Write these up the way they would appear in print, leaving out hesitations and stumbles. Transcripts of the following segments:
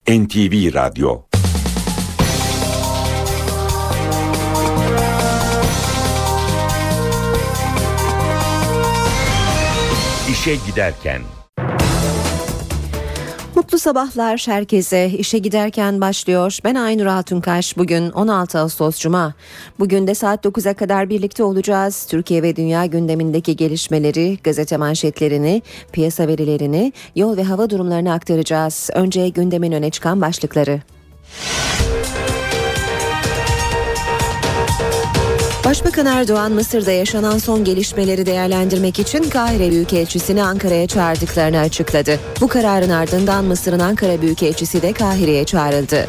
NTV Radyo. İşe giderken. Mutlu sabahlar herkese. İşe giderken başlıyor. Ben Aynur Altunkaş. Bugün 16 Ağustos Cuma. Bugün de saat 9'a kadar birlikte olacağız. Türkiye ve dünya gündemindeki gelişmeleri, gazete manşetlerini, piyasa verilerini, yol ve hava durumlarını aktaracağız. Önce gündemin öne çıkan başlıkları. Başbakan Erdoğan, Mısır'da yaşanan son gelişmeleri değerlendirmek için Kahire Büyükelçisi'ni Ankara'ya çağırdıklarını açıkladı. Bu kararın ardından Mısır'ın Ankara Büyükelçisi de Kahire'ye çağrıldı.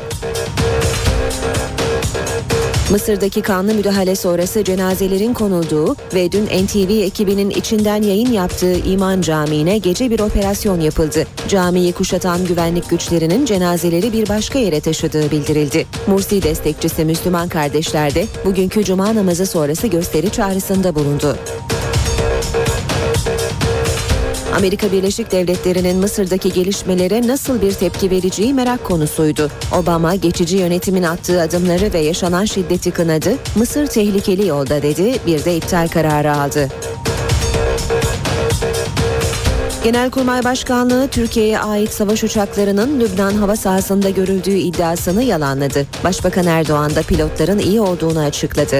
Mısır'daki kanlı müdahale sonrası cenazelerin konulduğu ve dün NTV ekibinin içinden yayın yaptığı İman Camii'ne gece bir operasyon yapıldı. Camiyi kuşatan güvenlik güçlerinin cenazeleri bir başka yere taşıdığı bildirildi. Mursi destekçisi Müslüman kardeşler de bugünkü cuma namazı sonrası gösteri çağrısında bulundu. Amerika Birleşik Devletleri'nin Mısır'daki gelişmelere nasıl bir tepki vereceği merak konusuydu. Obama, geçici yönetimin attığı adımları ve yaşanan şiddeti kınadı, Mısır tehlikeli yolda dedi, bir de iptal kararı aldı. Genelkurmay Başkanlığı, Türkiye'ye ait savaş uçaklarının Lübnan hava sahasında görüldüğü iddiasını yalanladı. Başbakan Erdoğan da pilotların iyi olduğunu açıkladı.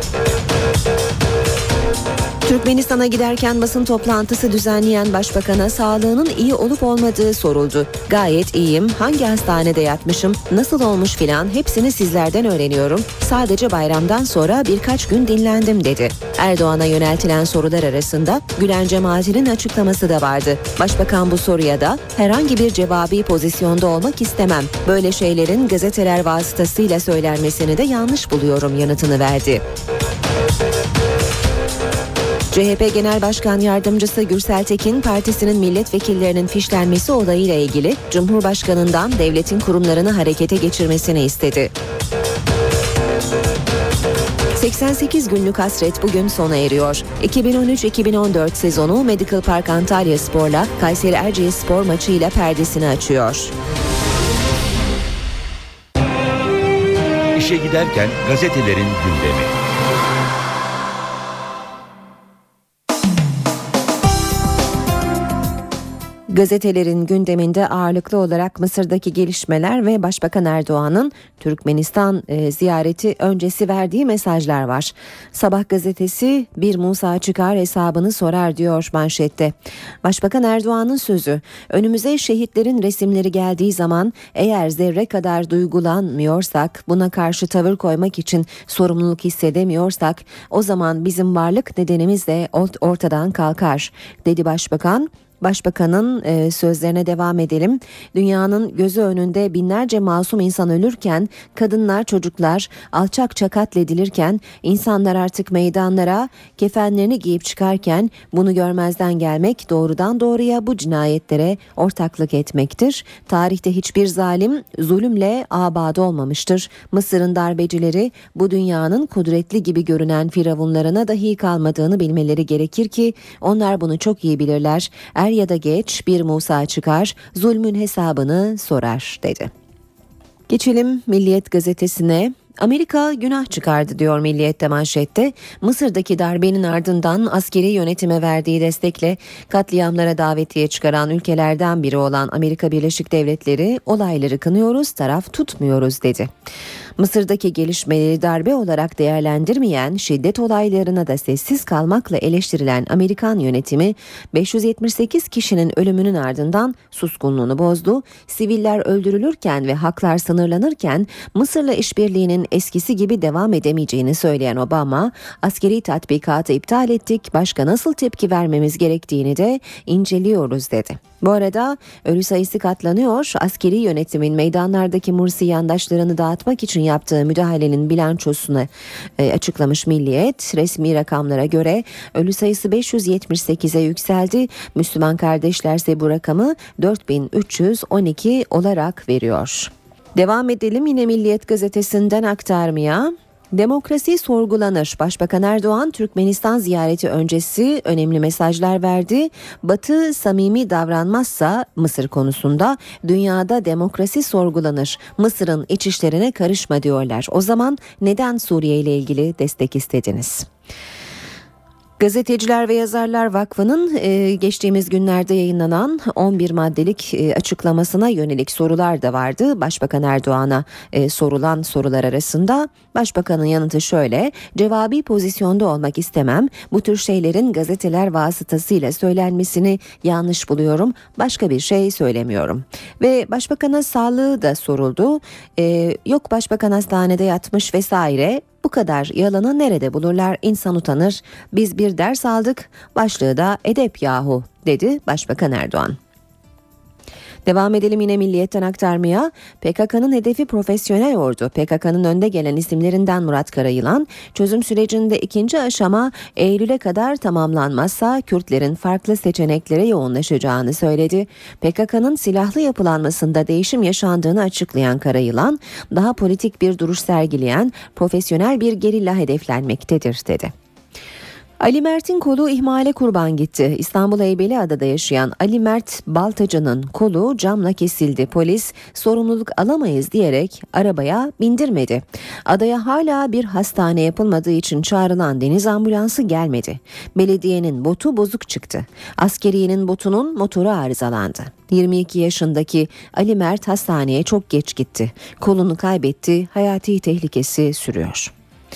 Türkmenistan'a giderken basın toplantısı düzenleyen başbakana sağlığının iyi olup olmadığı soruldu. Gayet iyiyim, hangi hastanede yatmışım, nasıl olmuş filan hepsini sizlerden öğreniyorum. Sadece bayramdan sonra birkaç gün dinlendim dedi. Erdoğan'a yöneltilen sorular arasında Gülen cemaatinin açıklaması da vardı. Başbakan bu soruya da herhangi bir cevabi pozisyonda olmak istemem. Böyle şeylerin gazeteler vasıtasıyla söylenmesini de yanlış buluyorum yanıtını verdi. CHP Genel Başkan Yardımcısı Gürsel Tekin, partisinin milletvekillerinin fişlenmesi olayıyla ilgili Cumhurbaşkanı'ndan devletin kurumlarını harekete geçirmesini istedi. 88 günlük hasret bugün sona eriyor. 2013-2014 sezonu Medical Park Antalyaspor'la Kayseri Erciyesspor maçıyla perdesini açıyor. İşe giderken gazetelerin gündemi. Gazetelerin gündeminde ağırlıklı olarak Mısır'daki gelişmeler ve Başbakan Erdoğan'ın Türkmenistan ziyareti öncesi verdiği mesajlar var. Sabah gazetesi bir Musa çıkar hesabını sorar diyor manşette. Başbakan Erdoğan'ın sözü, önümüze şehitlerin resimleri geldiği zaman eğer zerre kadar duygulanmıyorsak, buna karşı tavır koymak için sorumluluk hissedemiyorsak o zaman bizim varlık nedenimiz de ortadan kalkar dedi Başbakan. Başbakanın sözlerine devam edelim. Dünyanın gözü önünde binlerce masum insan ölürken, kadınlar, çocuklar alçakça katledilirken, insanlar artık meydanlara kefenlerini giyip çıkarken bunu görmezden gelmek doğrudan doğruya bu cinayetlere ortaklık etmektir. Tarihte hiçbir zalim zulümle abad olmamıştır. Mısır'ın darbecileri bu dünyanın kudretli gibi görünen firavunlarına dahi kalmadığını bilmeleri gerekir ki onlar bunu çok iyi bilirler. Er ya da geç bir Musa çıkar, zulmün hesabını sorar dedi. Geçelim Milliyet gazetesine. Amerika günah çıkardı diyor Milliyet'te manşette. Mısır'daki darbenin ardından askeri yönetime verdiği destekle katliamlara davetiye çıkaran ülkelerden biri olan Amerika Birleşik Devletleri olayları kınıyoruz, taraf tutmuyoruz dedi. Mısır'daki gelişmeleri darbe olarak değerlendirmeyen, şiddet olaylarına da sessiz kalmakla eleştirilen Amerikan yönetimi 578 kişinin ölümünün ardından suskunluğunu bozdu. Siviller öldürülürken ve haklar sınırlanırken Mısır'la işbirliğinin eskisi gibi devam edemeyeceğini söyleyen Obama, askeri tatbikatı iptal ettik, başka nasıl tepki vermemiz gerektiğini de inceliyoruz dedi. Bu arada ölü sayısı katlanıyor. Askeri yönetimin meydanlardaki Mursi yandaşlarını dağıtmak için yaptığı müdahalenin bilançosunu açıklamış Milliyet. Resmi rakamlara göre ölü sayısı 578'e yükseldi. Müslüman kardeşlerse bu rakamı 4312 olarak veriyor. Devam edelim yine Milliyet gazetesinden aktarmaya. Demokrasi sorgulanır. Başbakan Erdoğan Türkmenistan ziyareti öncesi önemli mesajlar verdi. Batı samimi davranmazsa Mısır konusunda dünyada demokrasi sorgulanır. Mısır'ın iç işlerine karışma diyorlar. O zaman neden Suriye ile ilgili destek istediniz? Gazeteciler ve Yazarlar Vakfı'nın geçtiğimiz günlerde yayınlanan 11 maddelik açıklamasına yönelik sorular da vardı. Başbakan Erdoğan'a sorulan sorular arasında Başbakanın yanıtı şöyle: cevabi pozisyonda olmak istemem. Bu tür şeylerin gazeteler vasıtasıyla söylenmesini yanlış buluyorum. Başka bir şey söylemiyorum. Ve Başbakan'a sağlığı da soruldu. Yok başbakan hastanede yatmış vesaire. Bu kadar yalanı nerede bulurlar? İnsan utanır. Biz bir ders aldık. Başlığı da edep yahu dedi Başbakan Erdoğan. Devam edelim yine Milliyet'ten aktarmaya. PKK'nın hedefi profesyonel ordu. PKK'nın önde gelen isimlerinden Murat Karayılan, çözüm sürecinde ikinci aşama Eylül'e kadar tamamlanmazsa Kürtlerin farklı seçeneklere yoğunlaşacağını söyledi. PKK'nın silahlı yapılanmasında değişim yaşandığını açıklayan Karayılan, daha politik bir duruş sergileyen profesyonel bir gerilla hedeflenmektedir dedi. Ali Mert'in kolu ihmale kurban gitti. İstanbul Heybeliada'da yaşayan Ali Mert Baltacı'nın kolu camla kesildi. Polis sorumluluk alamayız diyerek arabaya bindirmedi. Adaya hala bir hastane yapılmadığı için çağrılan deniz ambulansı gelmedi. Belediyenin botu bozuk çıktı. Askeriyenin botunun motoru arızalandı. 22 yaşındaki Ali Mert hastaneye çok geç gitti. Kolunu kaybetti. Hayati tehlikesi sürüyor.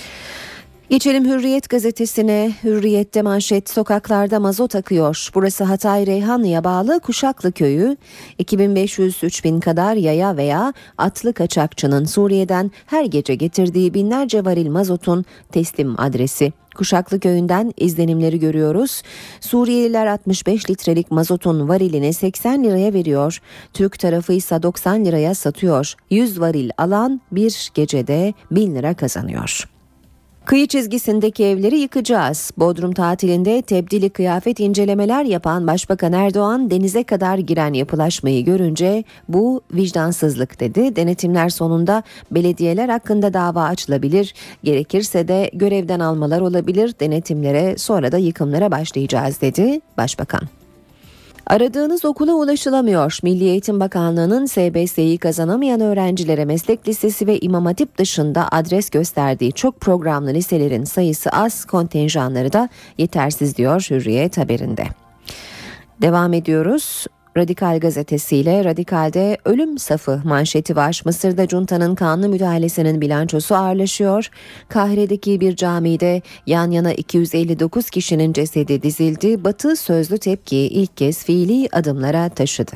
Geçelim Hürriyet gazetesine. Hürriyet'te manşet: sokaklarda mazot akıyor. Burası Hatay Reyhanlı'ya bağlı Kuşaklı köyü. 2500-3000 kadar yaya veya atlı kaçakçının Suriye'den her gece getirdiği binlerce varil mazotun teslim adresi. Kuşaklı köyünden izlenimleri görüyoruz. Suriyeliler 65 litrelik mazotun varilini 80 liraya veriyor. Türk tarafı ise 90 liraya satıyor. 100 varil alan bir gecede 1000 lira kazanıyor. Kıyı çizgisindeki evleri yıkacağız. Bodrum tatilinde tebdili kıyafet incelemeler yapan Başbakan Erdoğan denize kadar giren yapılaşmayı görünce bu vicdansızlık dedi. Denetimler sonunda belediyeler hakkında dava açılabilir. Gerekirse de görevden almalar olabilir. Denetimlere sonra da yıkımlara başlayacağız dedi Başbakan. Aradığınız okula ulaşılamıyor. Milli Eğitim Bakanlığı'nın SBS'yi kazanamayan öğrencilere meslek lisesi ve İmam Hatip dışında adres gösterdiği çok programlı liselerin sayısı az, kontenjanları da yetersiz diyor Hürriyet haberinde. Devam ediyoruz. Radikal gazetesiyle Radikal'de ölüm safı manşeti var. Mısır'da juntanın kanlı müdahalesinin bilançosu ağırlaşıyor. Kahire'deki bir camide yan yana 259 kişinin cesedi dizildi. Batı sözlü tepkiyi ilk kez fiili adımlara taşıdı.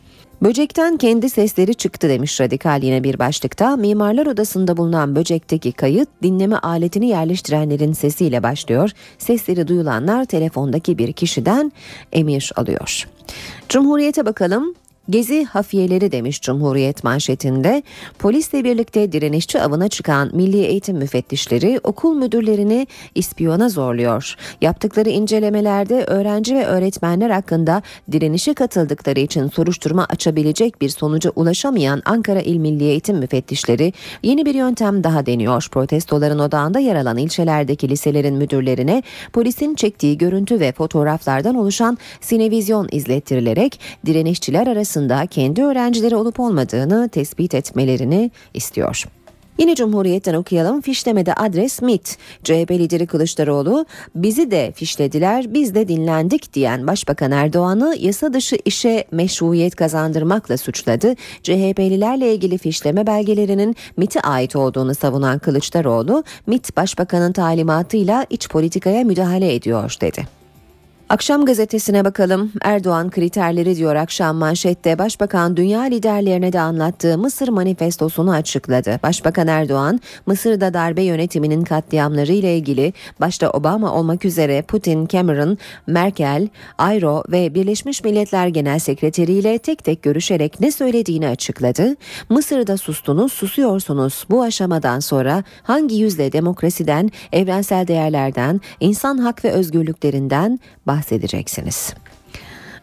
Böcekten kendi sesleri çıktı demiş Radikal yine bir başlıkta. Mimarlar Odası'nda bulunan böcekteki kayıt dinleme aletini yerleştirenlerin sesiyle başlıyor. Sesleri duyulanlar telefondaki bir kişiden emir alıyor. Cumhuriyet'e bakalım. Gezi hafiyeleri demiş Cumhuriyet manşetinde. Polisle birlikte direnişçi avına çıkan Milli Eğitim müfettişleri okul müdürlerini ispiyona zorluyor. Yaptıkları incelemelerde öğrenci ve öğretmenler hakkında direnişe katıldıkları için soruşturma açabilecek bir sonuca ulaşamayan Ankara İl Milli Eğitim müfettişleri yeni bir yöntem daha deniyor. Protestoların odağında yer alan ilçelerdeki liselerin müdürlerine polisin çektiği görüntü ve fotoğraflardan oluşan sinevizyon izlettirilerek direnişçiler arasında kendi öğrencileri olup olmadığını tespit etmelerini istiyor. Yine Cumhuriyet'ten okuyalım. Fişlemede adres MİT. CHP lideri Kılıçdaroğlu bizi de fişlediler, biz de dinlendik diyen Başbakan Erdoğan'ı yasa dışı işe meşruiyet kazandırmakla suçladı. CHP'lilerle ilgili fişleme belgelerinin MİT'e ait olduğunu savunan Kılıçdaroğlu, MİT Başbakanın talimatıyla iç politikaya müdahale ediyor dedi. Akşam gazetesine bakalım. Erdoğan kriterleri diyor akşam manşette. Başbakan dünya liderlerine de anlattığı Mısır manifestosunu açıkladı. Başbakan Erdoğan, Mısır'da darbe yönetiminin katliamları ile ilgili başta Obama olmak üzere Putin, Cameron, Merkel, Ayro ve Birleşmiş Milletler Genel Sekreteri ile tek tek görüşerek ne söylediğini açıkladı. Mısır'da sustunuz, susuyorsunuz. Bu aşamadan sonra hangi yüzle demokrasiden, evrensel değerlerden, insan hak ve özgürlüklerinden bahsedeceksiniz.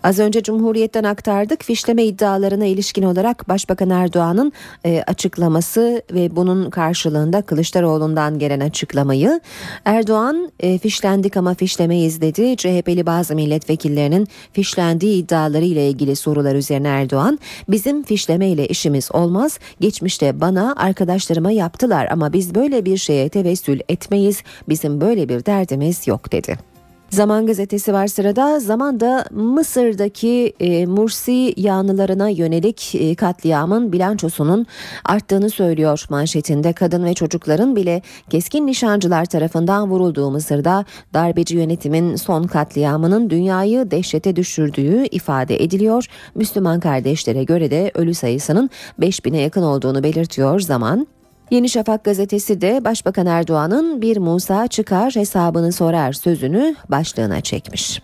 Az önce Cumhuriyet'ten aktardık. Fişleme iddialarına ilişkin olarak Başbakan Erdoğan'ın açıklaması ve bunun karşılığında Kılıçdaroğlu'ndan gelen açıklamayı. Erdoğan fişlendik ama fişlemeyiz dedi. CHP'li bazı milletvekillerinin fişlendiği iddiaları ile ilgili sorular üzerine Erdoğan, bizim fişleme ile işimiz olmaz. Geçmişte bana, arkadaşlarıma yaptılar ama biz böyle bir şeye tevessül etmeyiz. Bizim böyle bir derdimiz yok dedi. Zaman gazetesi var sırada. Zaman'da Mısır'daki Mursi yanlılarına yönelik katliamın bilançosunun arttığını söylüyor manşetinde. Kadın ve çocukların bile keskin nişancılar tarafından vurulduğu Mısır'da darbeci yönetimin son katliamının dünyayı dehşete düşürdüğü ifade ediliyor. Müslüman kardeşlere göre de ölü sayısının 5000'e yakın olduğunu belirtiyor Zaman. Yeni Şafak gazetesi de Başbakan Erdoğan'ın bir Musa çıkar hesabını sorar sözünü başlığına çekmiş.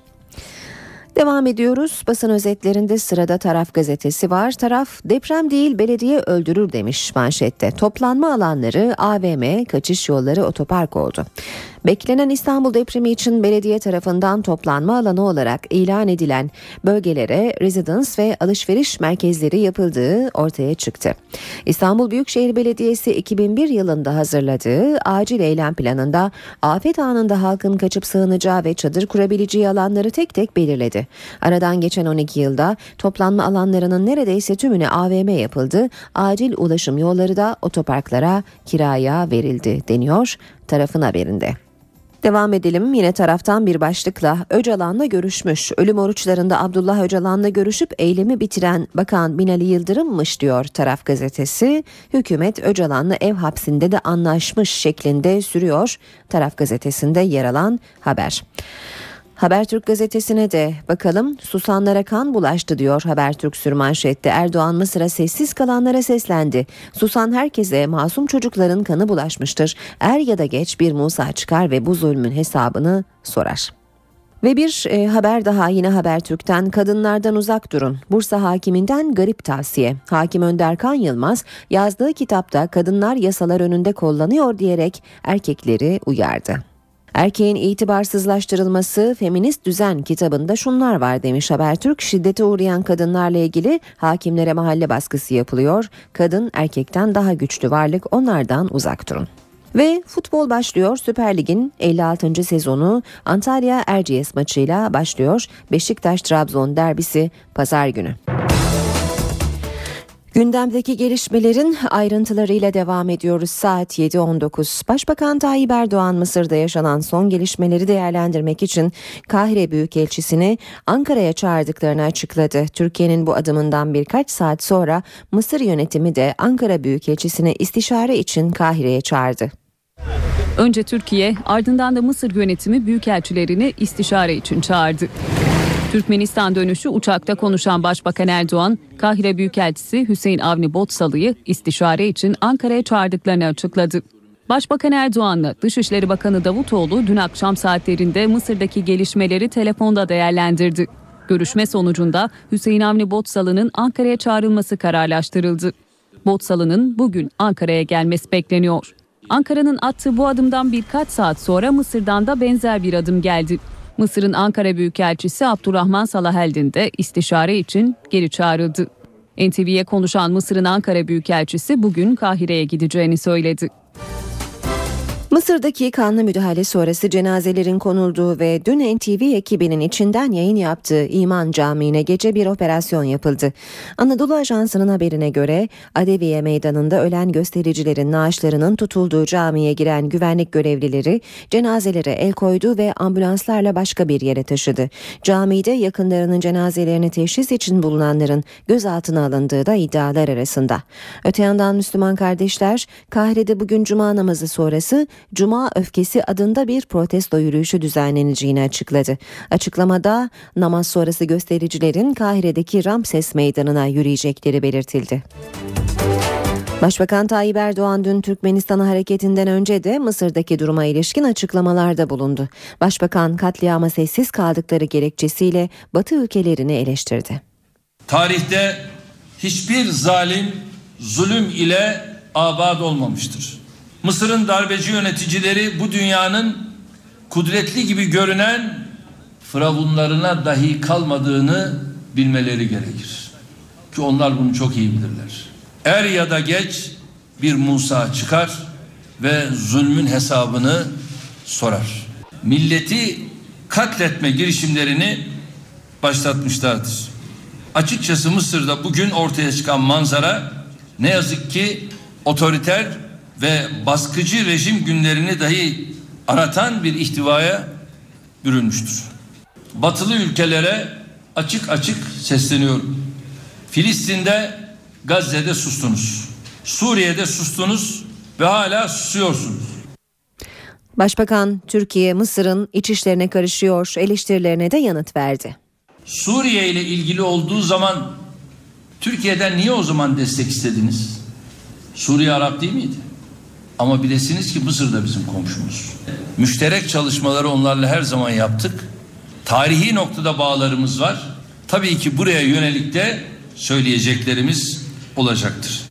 Devam ediyoruz. Basın özetlerinde sırada Taraf gazetesi var. Taraf deprem değil belediye öldürür demiş manşette. Toplanma alanları, AVM, kaçış yolları otopark oldu. Beklenen İstanbul depremi için belediye tarafından toplanma alanı olarak ilan edilen bölgelere rezidans ve alışveriş merkezleri yapıldığı ortaya çıktı. İstanbul Büyükşehir Belediyesi 2001 yılında hazırladığı acil eylem planında afet anında halkın kaçıp sığınacağı ve çadır kurabileceği alanları tek tek belirledi. Aradan geçen 12 yılda toplanma alanlarının neredeyse tümüne AVM yapıldı. Acil ulaşım yolları da otoparklara kiraya verildi deniyor Taraf'ın haberinde. Devam edelim yine Taraftan bir başlıkla. Öcalan'la görüşmüş. Ölüm oruçlarında Abdullah Öcalan'la görüşüp eylemi bitiren Bakan Binali Yıldırım'mış diyor Taraf gazetesi. Hükümet Öcalan'la ev hapsinde de anlaşmış şeklinde sürüyor Taraf gazetesinde yer alan haber. Habertürk gazetesine de bakalım. Susanlara kan bulaştı diyor Habertürk sürmanşette. Erdoğan Mısır'a sessiz kalanlara seslendi. Susan herkese, masum çocukların kanı bulaşmıştır. Er ya da geç bir Musa çıkar ve bu zulmün hesabını sorar. Ve bir haber daha yine Habertürk'ten, kadınlardan uzak durun. Bursa hakiminden garip tavsiye. Hakim Önder Kan Yılmaz yazdığı kitapta kadınlar yasalar önünde kollanıyor diyerek erkekleri uyardı. Erkeğin itibarsızlaştırılması feminist düzen kitabında şunlar var demiş Habertürk. Şiddete uğrayan kadınlarla ilgili hakimlere mahalle baskısı yapılıyor. Kadın erkekten daha güçlü varlık, onlardan uzak durun. Ve futbol başlıyor. Süper Lig'in 56. sezonu Antalya Erciyes maçıyla başlıyor. Beşiktaş-Trabzon derbisi pazar günü. Gündemdeki gelişmelerin ayrıntılarıyla devam ediyoruz. Saat 7.19. Başbakan Tayyip Erdoğan Mısır'da yaşanan son gelişmeleri değerlendirmek için Kahire Büyükelçisini Ankara'ya çağırdıklarını açıkladı. Türkiye'nin bu adımından birkaç saat sonra Mısır yönetimi de Ankara Büyükelçisini istişare için Kahire'ye çağırdı. Önce Türkiye, ardından da Mısır yönetimi büyükelçilerini istişare için çağırdı. Türkmenistan dönüşü uçakta konuşan Başbakan Erdoğan, Kahire Büyükelçisi Hüseyin Avni Botsalı'yı istişare için Ankara'ya çağırdıklarını açıkladı. Başbakan Erdoğan'la Dışişleri Bakanı Davutoğlu dün akşam saatlerinde Mısır'daki gelişmeleri telefonda değerlendirdi. Görüşme sonucunda Hüseyin Avni Botsalı'nın Ankara'ya çağrılması kararlaştırıldı. Botsalı'nın bugün Ankara'ya gelmesi bekleniyor. Ankara'nın attığı bu adımdan birkaç saat sonra Mısır'dan da benzer bir adım geldi. Mısır'ın Ankara Büyükelçisi Abdurrahman Salaheldin de istişare için geri çağrıldı. NTV'ye konuşan Mısır'ın Ankara Büyükelçisi bugün Kahire'ye gideceğini söyledi. Mısır'daki kanlı müdahale sonrası cenazelerin konulduğu ve dün NTV ekibinin içinden yayın yaptığı İman Camii'ne gece bir operasyon yapıldı. Anadolu Ajansı'nın haberine göre Adeviye Meydanı'nda ölen göstericilerin naaşlarının tutulduğu camiye giren güvenlik görevlileri cenazelere el koydu ve ambulanslarla başka bir yere taşıdı. Camide yakınlarının cenazelerini teşhis için bulunanların gözaltına alındığı da iddialar arasında. Öte yandan Müslüman kardeşler Kahire'de bugün Cuma namazı sonrası Cuma Öfkesi adında bir protesto yürüyüşü düzenleneceğini açıkladı. Açıklamada namaz sonrası göstericilerin Kahire'deki Ramses Meydanı'na yürüyecekleri belirtildi. Başbakan Tayyip Erdoğan dün Türkmenistan hareketinden önce de Mısır'daki duruma ilişkin açıklamalarda bulundu. Başbakan katliama sessiz kaldıkları gerekçesiyle Batı ülkelerini eleştirdi. Tarihte hiçbir zalim zulüm ile abad olmamıştır. Mısır'ın darbeci yöneticileri bu dünyanın kudretli gibi görünen firavunlarına dahi kalmadığını bilmeleri gerekir. Ki onlar bunu çok iyi bilirler. Er ya da geç bir Musa çıkar ve zulmün hesabını sorar. Milleti katletme girişimlerini başlatmışlardır. Açıkçası Mısır'da bugün ortaya çıkan manzara ne yazık ki otoriter ve baskıcı rejim günlerini dahi aratan bir ihtivaya bürünmüştür. Batılı ülkelere açık açık sesleniyorum. Filistin'de, Gazze'de sustunuz. Suriye'de sustunuz ve hala susuyorsunuz. Başbakan Türkiye, Mısır'ın iç işlerine karışıyor eleştirilerine de yanıt verdi. Suriye ile ilgili olduğu zaman Türkiye'den niye o zaman destek istediniz? Suriye Arap değil miydi? Ama bilesiniz ki Mısır da bizim komşumuz. Müşterek çalışmaları onlarla her zaman yaptık. Tarihi noktada bağlarımız var. Tabii ki buraya yönelik de söyleyeceklerimiz olacaktır.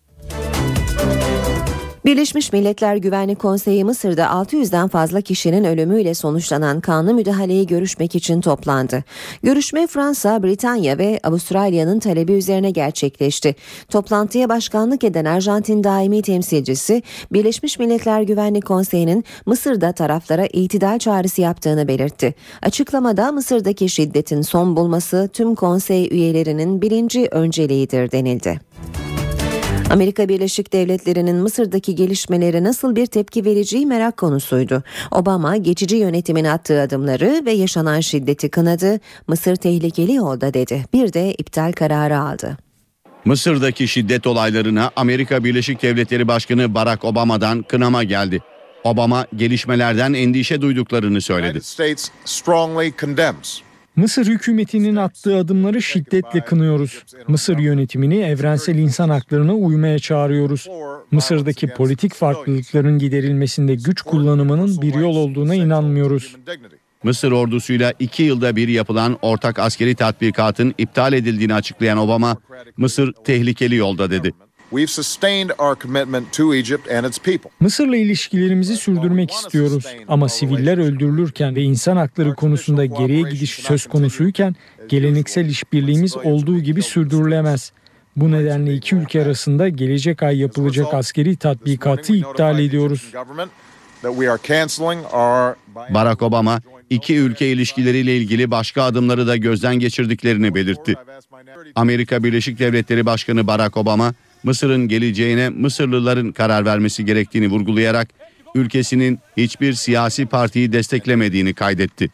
Birleşmiş Milletler Güvenlik Konseyi Mısır'da 600'den fazla kişinin ölümüyle sonuçlanan kanlı müdahaleyi görüşmek için toplandı. Görüşme Fransa, Britanya ve Avustralya'nın talebi üzerine gerçekleşti. Toplantıya başkanlık eden Arjantin daimi temsilcisi, Birleşmiş Milletler Güvenlik Konseyi'nin Mısır'da taraflara itidal çağrısı yaptığını belirtti. Açıklamada Mısır'daki şiddetin son bulması tüm konsey üyelerinin birinci önceliğidir denildi. Amerika Birleşik Devletleri'nin Mısır'daki gelişmelere nasıl bir tepki vereceği merak konusuydu. Obama geçici yönetimin attığı adımları ve yaşanan şiddeti kınadı. Mısır tehlikeli yolda dedi. Bir de iptal kararı aldı. Mısır'daki şiddet olaylarına Amerika Birleşik Devletleri Başkanı Barack Obama'dan kınama geldi. Obama gelişmelerden endişe duyduklarını söyledi. Mısır hükümetinin attığı adımları şiddetle kınıyoruz. Mısır yönetimini evrensel insan haklarına uymaya çağırıyoruz. Mısır'daki politik farklılıkların giderilmesinde güç kullanımının bir yol olduğuna inanmıyoruz. Mısır ordusuyla 2 yılda bir yapılan ortak askeri tatbikatın iptal edildiğini açıklayan Obama, Mısır tehlikeli yolda dedi. Mısır'la ilişkilerimizi sürdürmek istiyoruz ama siviller öldürülürken ve insan hakları konusunda geriye gidiş söz konusuyken geleneksel işbirliğimiz olduğu gibi sürdürülemez. Bu nedenle iki ülke arasında gelecek ay yapılacak askeri tatbikatı iptal ediyoruz. Barack Obama, iki ülke ilişkileriyle ilgili başka adımları da gözden geçirdiklerini belirtti. Amerika Birleşik Devletleri Başkanı Barack Obama, Mısır'ın geleceğine Mısırlıların karar vermesi gerektiğini vurgulayarak ülkesinin hiçbir siyasi partiyi desteklemediğini kaydetti.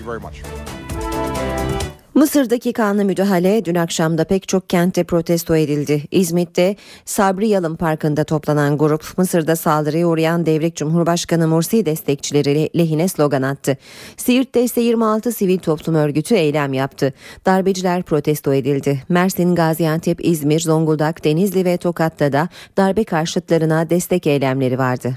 Mısır'daki kanlı müdahale dün akşamda pek çok kentte protesto edildi. İzmit'te Sabri Yalın Parkı'nda toplanan grup Mısır'da saldırıya uğrayan Devrik Cumhurbaşkanı Mursi destekçileri lehine slogan attı. Siirt'te ise 26 sivil toplum örgütü eylem yaptı. Darbeciler protesto edildi. Mersin, Gaziantep, İzmir, Zonguldak, Denizli ve Tokat'ta da darbe karşıtlarına destek eylemleri vardı.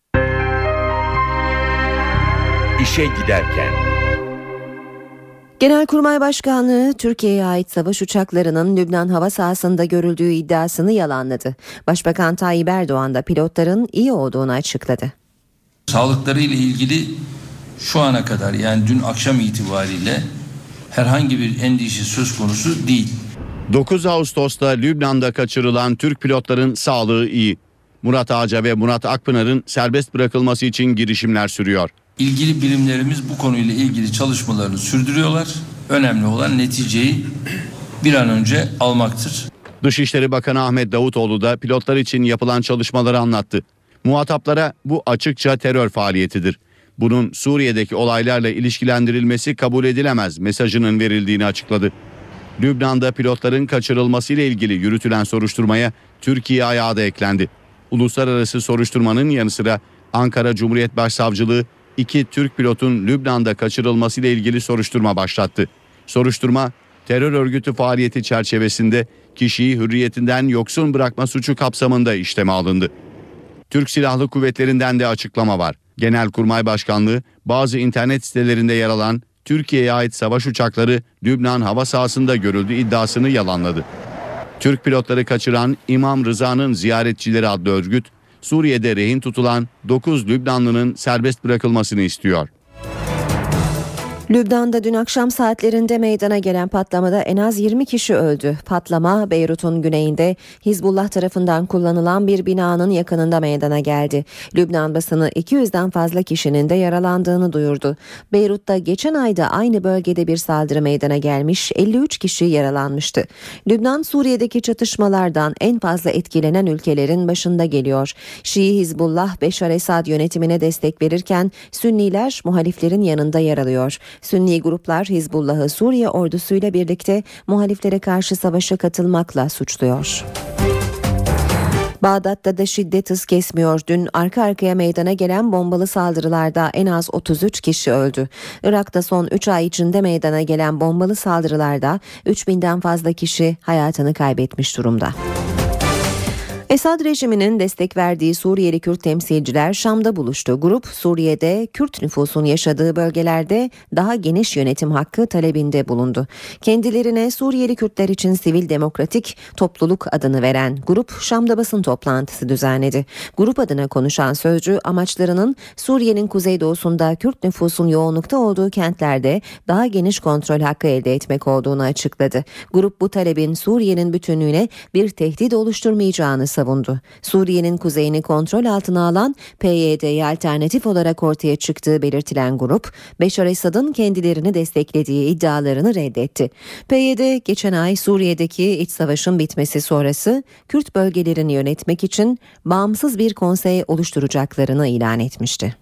İşe giderken. Genelkurmay Başkanlığı Türkiye'ye ait savaş uçaklarının Lübnan hava sahasında görüldüğü iddiasını yalanladı. Başbakan Tayyip Erdoğan da pilotların iyi olduğunu açıkladı. Sağlıkları ile ilgili şu ana kadar, yani dün akşam itibariyle herhangi bir endişe söz konusu değil. 9 Ağustos'ta Lübnan'da kaçırılan Türk pilotların sağlığı iyi. Murat Ağaca ve Murat Akpınar'ın serbest bırakılması için girişimler sürüyor. İlgili birimlerimiz bu konuyla ilgili çalışmalarını sürdürüyorlar. Önemli olan neticeyi bir an önce almaktır. Dışişleri Bakanı Ahmet Davutoğlu da pilotlar için yapılan çalışmaları anlattı. Muhataplara bu açıkça terör faaliyetidir. Bunun Suriye'deki olaylarla ilişkilendirilmesi kabul edilemez mesajının verildiğini açıkladı. Lübnan'da pilotların kaçırılmasıyla ilgili yürütülen soruşturmaya Türkiye ayağı da eklendi. Uluslararası soruşturmanın yanı sıra Ankara Cumhuriyet Başsavcılığı 2 Türk pilotun Lübnan'da kaçırılmasıyla ilgili soruşturma başlattı. Soruşturma, terör örgütü faaliyeti çerçevesinde kişiyi hürriyetinden yoksun bırakma suçu kapsamında işleme alındı. Türk Silahlı Kuvvetleri'nden de açıklama var. Genelkurmay Başkanlığı bazı internet sitelerinde yer alan Türkiye'ye ait savaş uçakları Lübnan hava sahasında görüldü iddiasını yalanladı. Türk pilotları kaçıran İmam Rıza'nın Ziyaretçileri adlı örgüt, Suriye'de rehin tutulan 9 Lübnanlı'nın serbest bırakılmasını istiyor. Lübnan'da dün akşam saatlerinde meydana gelen patlamada en az 20 kişi öldü. Patlama Beyrut'un güneyinde Hizbullah tarafından kullanılan bir binanın yakınında meydana geldi. Lübnan basını 200'den fazla kişinin de yaralandığını duyurdu. Beyrut'ta geçen ayda aynı bölgede bir saldırı meydana gelmiş, 53 kişi yaralanmıştı. Lübnan, Suriye'deki çatışmalardan en fazla etkilenen ülkelerin başında geliyor. Şii Hizbullah, Beşar Esad yönetimine destek verirken Sünniler muhaliflerin yanında yer alıyor. Sünni gruplar Hizbullah'ı Suriye ordusuyla birlikte muhaliflere karşı savaşa katılmakla suçluyor. Bağdat'ta da şiddet hız kesmiyor. Dün arka arkaya meydana gelen bombalı saldırılarda en az 33 kişi öldü. Irak'ta son 3 ay içinde meydana gelen bombalı saldırılarda 3000'den fazla kişi hayatını kaybetmiş durumda. Esad rejiminin destek verdiği Suriyeli Kürt temsilciler Şam'da buluştu. Grup, Suriye'de Kürt nüfusun yaşadığı bölgelerde daha geniş yönetim hakkı talebinde bulundu. Kendilerine Suriyeli Kürtler için Sivil Demokratik Topluluk adını veren grup, Şam'da basın toplantısı düzenledi. Grup adına konuşan sözcü, amaçlarının Suriye'nin kuzeydoğusunda Kürt nüfusun yoğunlukta olduğu kentlerde daha geniş kontrol hakkı elde etmek olduğunu açıkladı. Grup, bu talebin Suriye'nin bütünlüğüne bir tehdit oluşturmayacağını savundu. Suriye'nin kuzeyini kontrol altına alan PYD'ye alternatif olarak ortaya çıktığı belirtilen grup, Beşar Esad'ın kendilerini desteklediği iddialarını reddetti. PYD geçen ay Suriye'deki iç savaşın bitmesi sonrası Kürt bölgelerini yönetmek için bağımsız bir konsey oluşturacaklarını ilan etmişti.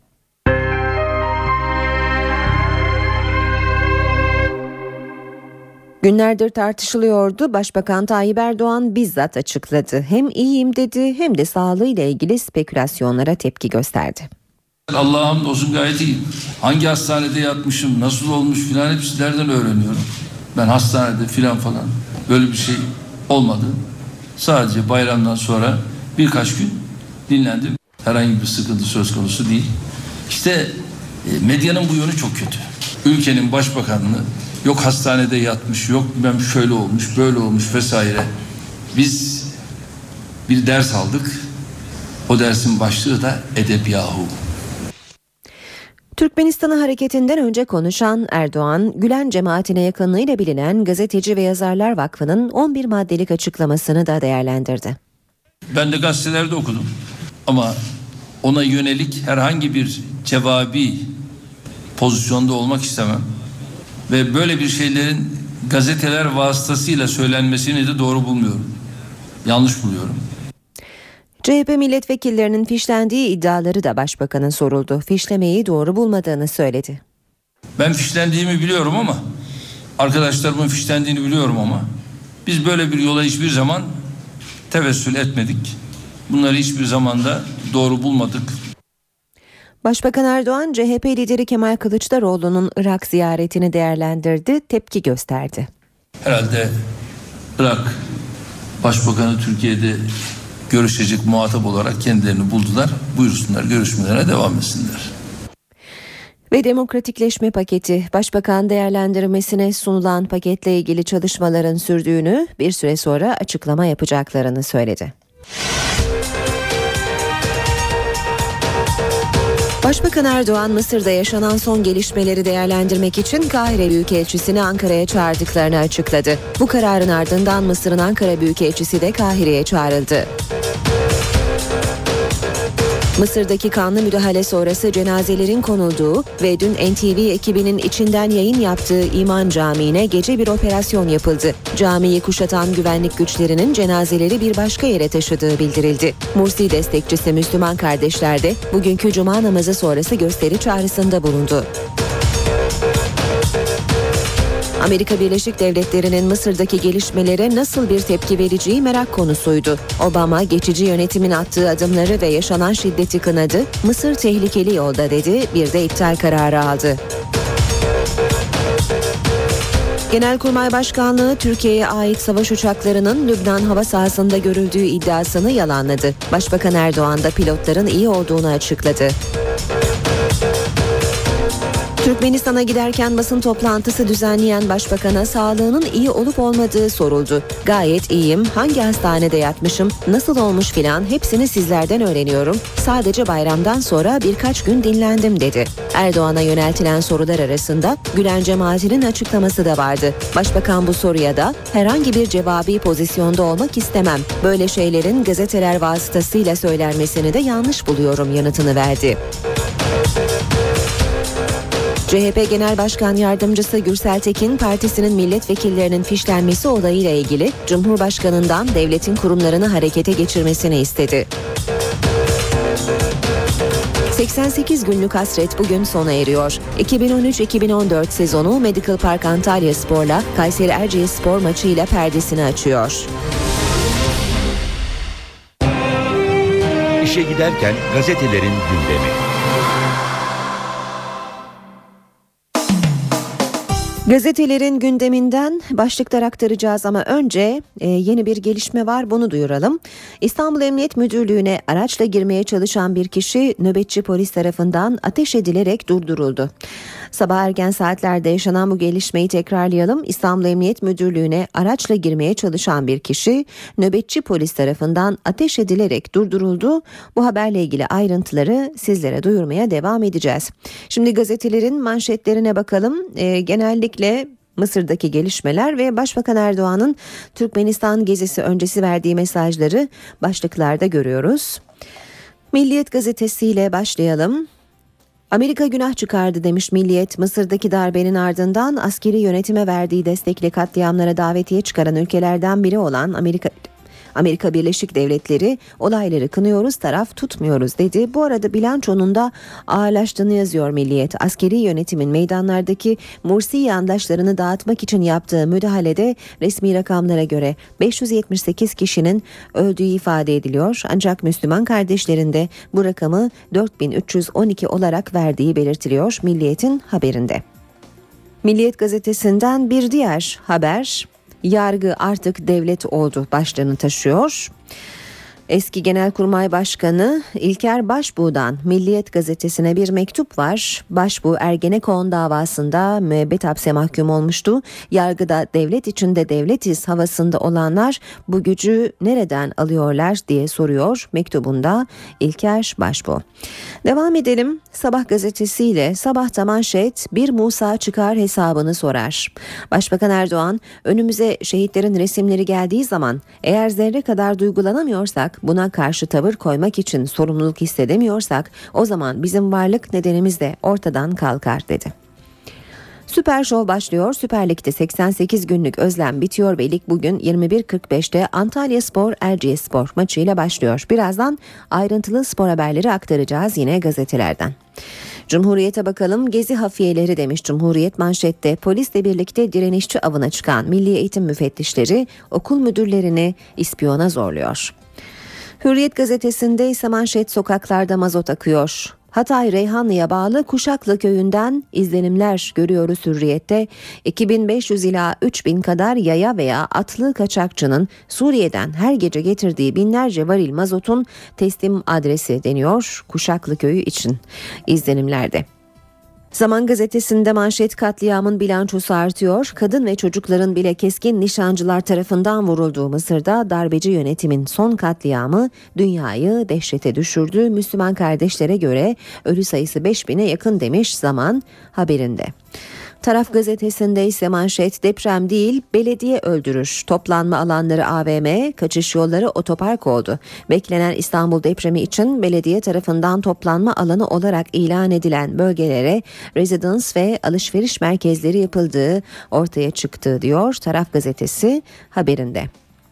Günlerdir tartışılıyordu. Başbakan Tayyip Erdoğan bizzat açıkladı. Hem iyiyim dedi, hem de sağlığıyla ilgili spekülasyonlara tepki gösterdi. Allah'a hamdolsun gayet iyiyim. Hangi hastanede yatmışım, nasıl olmuş filan hepsi nereden öğreniyorum. Ben hastanede filan falan böyle bir şey olmadı. Sadece bayramdan sonra birkaç gün dinlendim. Herhangi bir sıkıntı söz konusu değil. İşte medyanın bu yönü çok kötü. Ülkenin başbakanını yok hastanede yatmış, yok bilmem şöyle olmuş, böyle olmuş vesaire. Biz bir ders aldık. O dersin başlığı da edep yahu. Türkmenistan'ı hareketinden önce konuşan Erdoğan, Gülen cemaatine yakınlığıyla bilinen Gazeteci ve Yazarlar Vakfı'nın 11 maddelik açıklamasını da değerlendirdi. Ben de gazetelerde okudum ama ona yönelik herhangi bir cevabi pozisyonda olmak istemem. Ve böyle bir şeylerin gazeteler vasıtasıyla söylenmesini de doğru bulmuyorum. Yanlış buluyorum. CHP milletvekillerinin fişlendiği iddiaları da başbakanın soruldu. Fişlemeyi doğru bulmadığını söyledi. Ben fişlendiğimi biliyorum ama, arkadaşlarımın fişlendiğini biliyorum ama biz böyle bir yola hiçbir zaman tevessül etmedik. Bunları hiçbir zaman da doğru bulmadık. Başbakan Erdoğan, CHP lideri Kemal Kılıçdaroğlu'nun Irak ziyaretini değerlendirdi, tepki gösterdi. Herhalde Irak Başbakanı Türkiye'de görüşecek muhatap olarak kendilerini buldular. Buyursunlar, görüşmelere devam etsinler. Ve demokratikleşme paketi, Başbakan değerlendirmesine sunulan paketle ilgili çalışmaların sürdüğünü, bir süre sonra açıklama yapacaklarını söyledi. Başbakan Erdoğan, Mısır'da yaşanan son gelişmeleri değerlendirmek için Kahire Büyükelçisi'ni Ankara'ya çağırdıklarını açıkladı. Bu kararın ardından Mısır'ın Ankara Büyükelçisi de Kahire'ye çağrıldı. Mısır'daki kanlı müdahale sonrası cenazelerin konulduğu ve dün NTV ekibinin içinden yayın yaptığı İman Camii'ne gece bir operasyon yapıldı. Camiyi kuşatan güvenlik güçlerinin cenazeleri bir başka yere taşıdığı bildirildi. Mursi destekçisi Müslüman kardeşler de bugünkü cuma namazı sonrası gösteri çağrısında bulundu. Amerika Birleşik Devletleri'nin Mısır'daki gelişmelere nasıl bir tepki vereceği merak konusuydu. Obama, geçici yönetimin attığı adımları ve yaşanan şiddeti kınadı, Mısır tehlikeli yolda dedi, bir de iptal kararı aldı. Genelkurmay Başkanlığı, Türkiye'ye ait savaş uçaklarının Lübnan hava sahasında görüldüğü iddiasını yalanladı. Başbakan Erdoğan da pilotların iyi olduğunu açıkladı. Türkmenistan'a giderken basın toplantısı düzenleyen başbakana sağlığının iyi olup olmadığı soruldu. Gayet iyiyim, hangi hastanede yatmışım, nasıl olmuş filan hepsini sizlerden öğreniyorum. Sadece bayramdan sonra birkaç gün dinlendim dedi. Erdoğan'a yöneltilen sorular arasında Gülen cemaatinin açıklaması da vardı. Başbakan bu soruya da herhangi bir cevabi pozisyonda olmak istemem. Böyle şeylerin gazeteler vasıtasıyla söylenmesini de yanlış buluyorum yanıtını verdi. CHP Genel Başkan Yardımcısı Gürsel Tekin, partisinin milletvekillerinin fişlenmesi olayıyla ilgili Cumhurbaşkanı'ndan devletin kurumlarını harekete geçirmesini istedi. 88 günlük hasret bugün sona eriyor. 2013-2014 sezonu Medical Park Antalyaspor'la Kayseri Erciyesspor maçıyla perdesini açıyor. İşe giderken gazetelerin gündemi. Gazetelerin gündeminden başlıklar aktaracağız ama önce yeni bir gelişme var, bunu duyuralım. İstanbul Emniyet Müdürlüğü'ne araçla girmeye çalışan bir kişi nöbetçi polis tarafından ateş edilerek durduruldu. Sabah erken saatlerde yaşanan bu gelişmeyi tekrarlayalım. İstanbul Emniyet Müdürlüğü'ne araçla girmeye çalışan bir kişi nöbetçi polis tarafından ateş edilerek durduruldu. Bu haberle ilgili ayrıntıları sizlere duyurmaya devam edeceğiz. Şimdi gazetelerin manşetlerine bakalım. Genellikle Mısır'daki gelişmeler ve Başbakan Erdoğan'ın Türkmenistan gezisi öncesi verdiği mesajları başlıklarda görüyoruz. Milliyet gazetesiyle başlayalım. Amerika günah çıkardı demiş Milliyet. Mısır'daki darbenin ardından askeri yönetime verdiği destekle katliamlara davetiye çıkaran ülkelerden biri olan Amerika Birleşik Devletleri olayları kınıyoruz, taraf tutmuyoruz dedi. Bu arada bilançonun da ağırlaştığını yazıyor Milliyet. Askeri yönetimin meydanlardaki Mursi yandaşlarını dağıtmak için yaptığı müdahalede resmi rakamlara göre 578 kişinin öldüğü ifade ediliyor. Ancak Müslüman kardeşlerin de bu rakamı 4312 olarak verdiği belirtiliyor Milliyet'in haberinde. Milliyet gazetesinden bir diğer haber: yargı artık devlet oldu başlığını taşıyor. Eski Genelkurmay Başkanı İlker Başbuğ'dan Milliyet gazetesine bir mektup var. Başbuğ Ergenekon davasında müebbet hapse mahkum olmuştu. Yargıda devlet içinde devletiz havasında olanlar bu gücü nereden alıyorlar diye soruyor mektubunda İlker Başbuğ. Devam edelim. Sabah gazetesiyle Sabah'ta manşet bir Musa çıkar hesabını sorar. Başbakan Erdoğan önümüze şehitlerin resimleri geldiği zaman eğer zerre kadar duygulanamıyorsak, buna karşı tavır koymak için sorumluluk hissedemiyorsak o zaman bizim varlık nedenimiz de ortadan kalkar dedi. Süper Şov başlıyor. Süper Lig'de 88 günlük özlem bitiyor ve lig bugün 21.45'te Antalyaspor Erciyesspor maçıyla başlıyor. Birazdan ayrıntılı spor haberleri aktaracağız yine gazetelerden. Cumhuriyet'e bakalım. Gezi hafiyeleri demiş Cumhuriyet manşette. Polisle birlikte direnişçi avına çıkan Milli Eğitim müfettişleri okul müdürlerini ispiyona zorluyor. Hürriyet gazetesinde ise manşet sokaklarda mazot akıyor. Hatay Reyhanlı'ya bağlı Kuşaklı köyünden izlenimler görüyoruz Hürriyet'te. 2500 ila 3000 kadar yaya veya atlı kaçakçının Suriye'den her gece getirdiği binlerce varil mazotun teslim adresi deniyor Kuşaklı köyü için izlenimlerde. Zaman gazetesinde manşet katliamın bilançosu artıyor. Kadın ve çocukların bile keskin nişancılar tarafından vurulduğu Mısır'da darbeci yönetimin son katliamı dünyayı dehşete düşürdü. Müslüman kardeşlere göre ölü sayısı 5000'e yakın demiş Zaman haberinde. Taraf gazetesinde ise manşet deprem değil belediye öldürür. Toplanma alanları AVM, kaçış yolları otopark oldu. Beklenen İstanbul depremi için belediye tarafından toplanma alanı olarak ilan edilen bölgelere rezidans ve alışveriş merkezleri yapıldığı ortaya çıktı diyor Taraf gazetesi haberinde.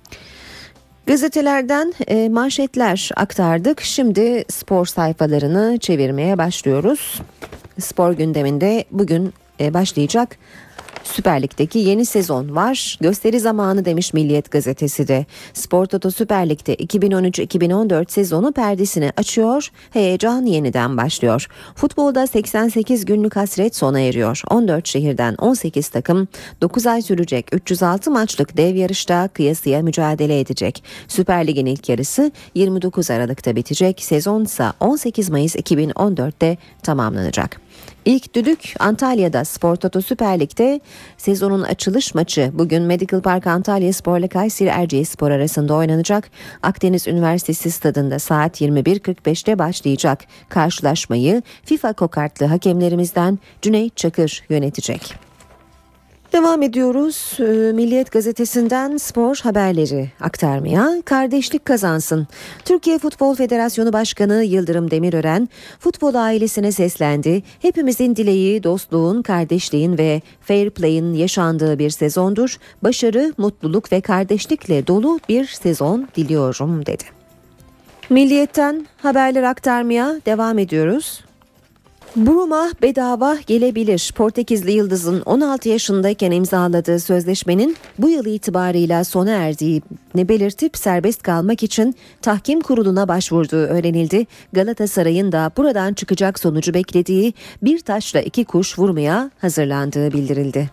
Gazetelerden manşetler aktardık. Şimdi spor sayfalarını çevirmeye başlıyoruz. Spor gündeminde bugün başlayacak Süper Lig'deki yeni sezon var. Gösteri zamanı demiş Milliyet gazetesi de. Spor Toto Süper Lig'de 2013-2014 sezonu perdesini açıyor. Heyecan yeniden başlıyor. Futbolda 88 günlük hasret sona eriyor. 14 şehirden 18 takım 9 ay sürecek 306 maçlık dev yarışta kıyasıya mücadele edecek. Süper Lig'in ilk yarısı 29 Aralık'ta bitecek. Sezon ise 18 Mayıs 2014'te tamamlanacak. İlk düdük Antalya'da. Spor Toto Süper Lig'de sezonun açılış maçı bugün Medical Park Antalya Spor ile Kayseri Erciyesspor arasında oynanacak. Akdeniz Üniversitesi stadında saat 21.45'te başlayacak. Karşılaşmayı FIFA kokartlı hakemlerimizden Cüneyt Çakır yönetecek. Devam ediyoruz. Milliyet gazetesinden spor haberleri aktarmaya. Kardeşlik kazansın. Türkiye Futbol Federasyonu Başkanı Yıldırım Demirören futbol ailesine seslendi. Hepimizin dileği dostluğun, kardeşliğin ve fair play'in yaşandığı bir sezondur. Başarı, mutluluk ve kardeşlikle dolu bir sezon diliyorum dedi. Milliyetten haberler aktarmaya devam ediyoruz. Bruma bedava gelebilir. Portekizli yıldızın 16 yaşındayken imzaladığı sözleşmenin bu yıl itibarıyla sona erdiğini belirtip serbest kalmak için tahkim kuruluna başvurduğu öğrenildi. Galatasaray'ın da buradan çıkacak sonucu beklediği, bir taşla iki kuş vurmaya hazırlandığı bildirildi.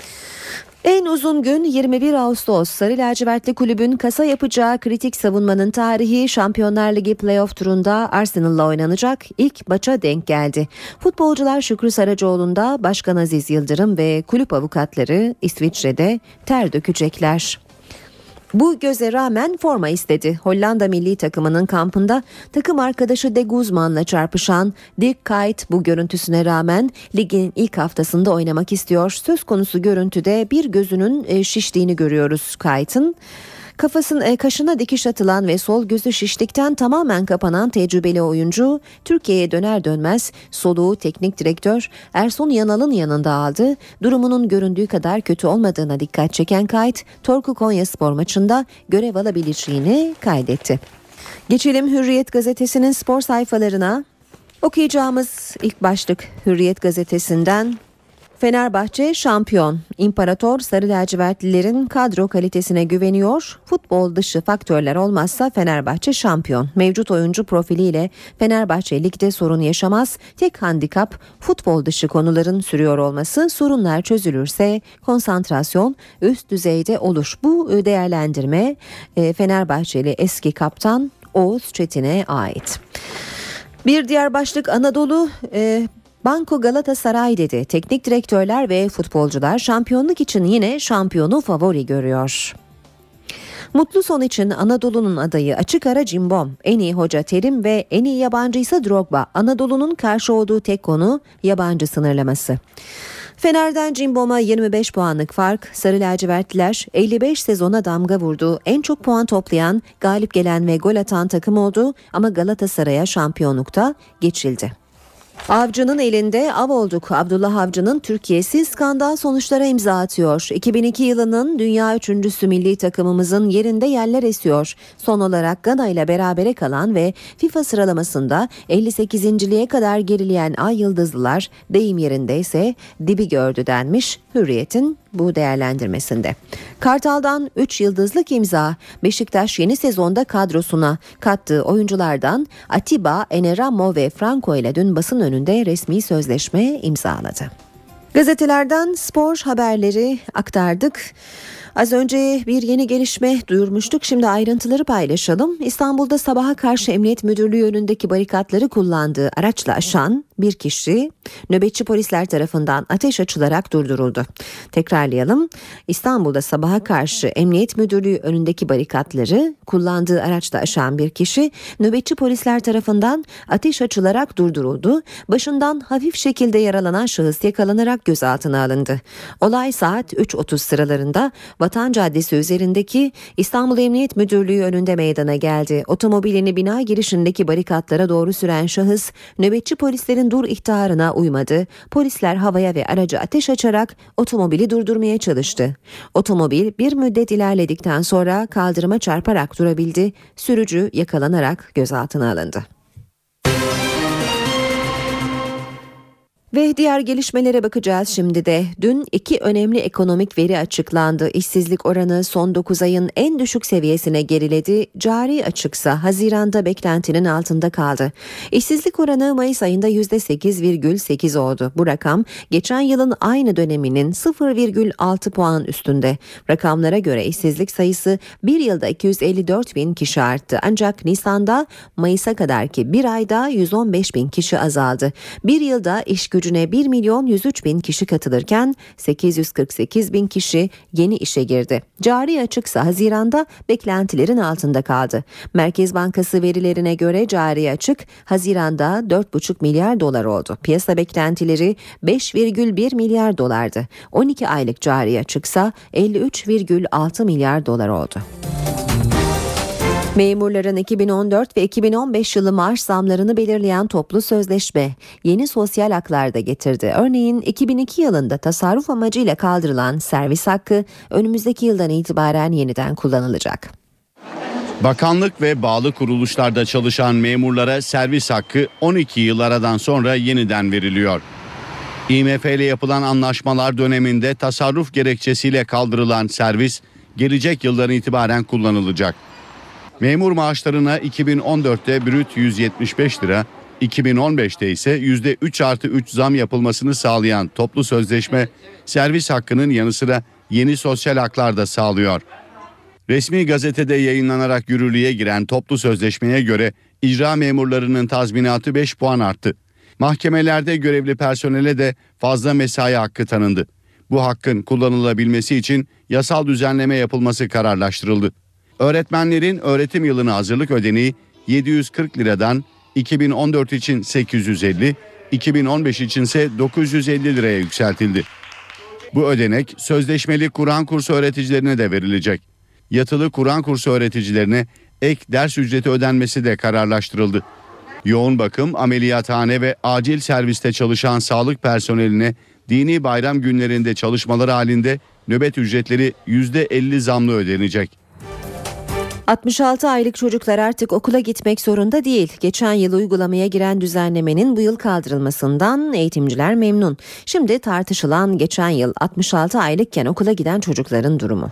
En uzun gün 21 Ağustos. Sarı lacivertli kulübün kasa yapacağı kritik savunmanın tarihi Şampiyonlar Ligi playoff turunda Arsenal'la oynanacak ilk maça denk geldi. Futbolcular Şükrü Saracoğlu'nda Başkan Aziz Yıldırım ve kulüp avukatları İsviçre'de ter dökecekler. Bu göze rağmen forma istedi. Hollanda milli takımının kampında takım arkadaşı De Guzman'la çarpışan Dirk Kuyt bu görüntüsüne rağmen ligin ilk haftasında oynamak istiyor. Söz konusu görüntüde bir gözünün şiştiğini görüyoruz Kuyt'ın. Kaşına dikiş atılan ve sol gözü şişlikten tamamen kapanan tecrübeli oyuncu Türkiye'ye döner dönmez soluğu teknik direktör Ersun Yanal'ın yanında aldı. Durumunun göründüğü kadar kötü olmadığına dikkat çeken Kuyt, Torku Konyaspor maçında görev alabileceğini kaydetti. Geçelim Hürriyet gazetesinin spor sayfalarına. Okuyacağımız ilk başlık Hürriyet gazetesinden. Fenerbahçe şampiyon. İmparator Sarı Lacivertlilerin kadro kalitesine güveniyor. Futbol dışı faktörler olmazsa Fenerbahçe şampiyon. Mevcut oyuncu profiliyle Fenerbahçe ligde sorun yaşamaz. Tek handikap futbol dışı konuların sürüyor olması. Sorunlar çözülürse konsantrasyon üst düzeyde olur. Bu değerlendirme Fenerbahçeli eski kaptan Oğuz Çetin'e ait. Bir diğer başlık Anadolu Banko Galatasaray dedi. Teknik direktörler ve futbolcular şampiyonluk için yine şampiyonu favori görüyor. Mutlu son için Anadolu'nun adayı açık ara Cimbom. En iyi hoca Terim ve en iyi yabancı ise Drogba. Anadolu'nun karşı olduğu tek konu yabancı sınırlaması. Fener'den Cimbom'a 25 puanlık fark. Sarı lacivertliler 55 sezona damga vurdu. En çok puan toplayan, galip gelen ve gol atan takım oldu ama Galatasaray'a şampiyonlukta geçildi. Avcı'nın elinde av olduk. Abdullah Avcı'nın Türkiye'si skandal sonuçlara imza atıyor. 2002 yılının dünya üçüncüsü milli takımımızın yerinde yerler esiyor. Son olarak Gana ile berabere kalan ve FIFA sıralamasında 58.liğe kadar gerileyen Ay Yıldızlılar deyim yerindeyse dibi gördü denmiş Hürriyet'in bu değerlendirmesinde. Kartal'dan 3 yıldızlık imza. Beşiktaş yeni sezonda kadrosuna kattığı oyunculardan Atiba, Eneramo ve Franco ile dün basın önünde resmi sözleşme imzaladı. Gazetelerden spor haberleri aktardık. Az önce bir yeni gelişme duyurmuştuk. Şimdi ayrıntıları paylaşalım. İstanbul'da sabaha karşı Emniyet Müdürlüğü önündeki barikatları kullandığı araçla aşan bir kişi nöbetçi polisler tarafından ateş açılarak durduruldu. Tekrarlayalım. İstanbul'da sabaha karşı Emniyet Müdürlüğü önündeki barikatları kullandığı araçla aşan bir kişi nöbetçi polisler tarafından ateş açılarak durduruldu. Başından hafif şekilde yaralanan şahıs yakalanarak gözaltına alındı. Olay saat 3.30 sıralarında Vatan Caddesi üzerindeki İstanbul Emniyet Müdürlüğü önünde meydana geldi. Otomobilini bina girişindeki barikatlara doğru süren şahıs nöbetçi polislerin dur ihtarına uymadı. Polisler havaya ve araca ateş açarak otomobili durdurmaya çalıştı. Otomobil bir müddet ilerledikten sonra kaldırıma çarparak durabildi. Sürücü yakalanarak gözaltına alındı. Ve diğer gelişmelere bakacağız şimdi de. Dün 2 önemli ekonomik veri açıklandı. İşsizlik oranı son 9 ayın en düşük seviyesine geriledi. Cari açıksa Haziran'da beklentinin altında kaldı. İşsizlik oranı Mayıs ayında %8,8 oldu. Bu rakam geçen yılın aynı döneminin 0,6 puan üstünde. Rakamlara göre işsizlik sayısı bir yılda 254 bin kişi arttı. Ancak Nisan'da Mayıs'a kadarki bir ayda 115 bin kişi azaldı. Bir yılda iş gücüne 1.103.000 kişi katılırken 848.000 kişi yeni işe girdi. Cari açıksa Haziran'da beklentilerin altında kaldı. Merkez Bankası verilerine göre cari açık Haziran'da 4,5 milyar dolar oldu. Piyasa beklentileri 5,1 milyar dolardı. 12 aylık cari açıksa 53,6 milyar dolar oldu. Memurların 2014 ve 2015 yılı maaş zamlarını belirleyen toplu sözleşme yeni sosyal haklar da getirdi. Örneğin 2002 yılında tasarruf amacıyla kaldırılan servis hakkı önümüzdeki yıldan itibaren yeniden kullanılacak. Bakanlık ve bağlı kuruluşlarda çalışan memurlara servis hakkı 12 yıl aradan sonra yeniden veriliyor. IMF ile yapılan anlaşmalar döneminde tasarruf gerekçesiyle kaldırılan servis gelecek yıldan itibaren kullanılacak. Memur maaşlarına 2014'te brüt 175 lira, 2015'te ise %3+3 zam yapılmasını sağlayan toplu sözleşme servis hakkının yanı sıra yeni sosyal haklar da sağlıyor. Resmi gazetede yayınlanarak yürürlüğe giren toplu sözleşmeye göre icra memurlarının tazminatı 5 puan arttı. Mahkemelerde görevli personele de fazla mesai hakkı tanındı. Bu hakkın kullanılabilmesi için yasal düzenleme yapılması kararlaştırıldı. Öğretmenlerin öğretim yılına hazırlık ödeneği 740 liradan 2014 için 850, 2015 için ise 950 liraya yükseltildi. Bu ödenek sözleşmeli Kur'an kursu öğreticilerine de verilecek. Yatılı Kur'an kursu öğreticilerine ek ders ücreti ödenmesi de kararlaştırıldı. Yoğun bakım, ameliyathane ve acil serviste çalışan sağlık personeline dini bayram günlerinde çalışmaları halinde nöbet ücretleri %50 zamlı ödenecek. 66 aylık çocuklar artık okula gitmek zorunda değil. Geçen yıl uygulamaya giren düzenlemenin bu yıl kaldırılmasından eğitimciler memnun. Şimdi tartışılan geçen yıl 66 aylıkken okula giden çocukların durumu.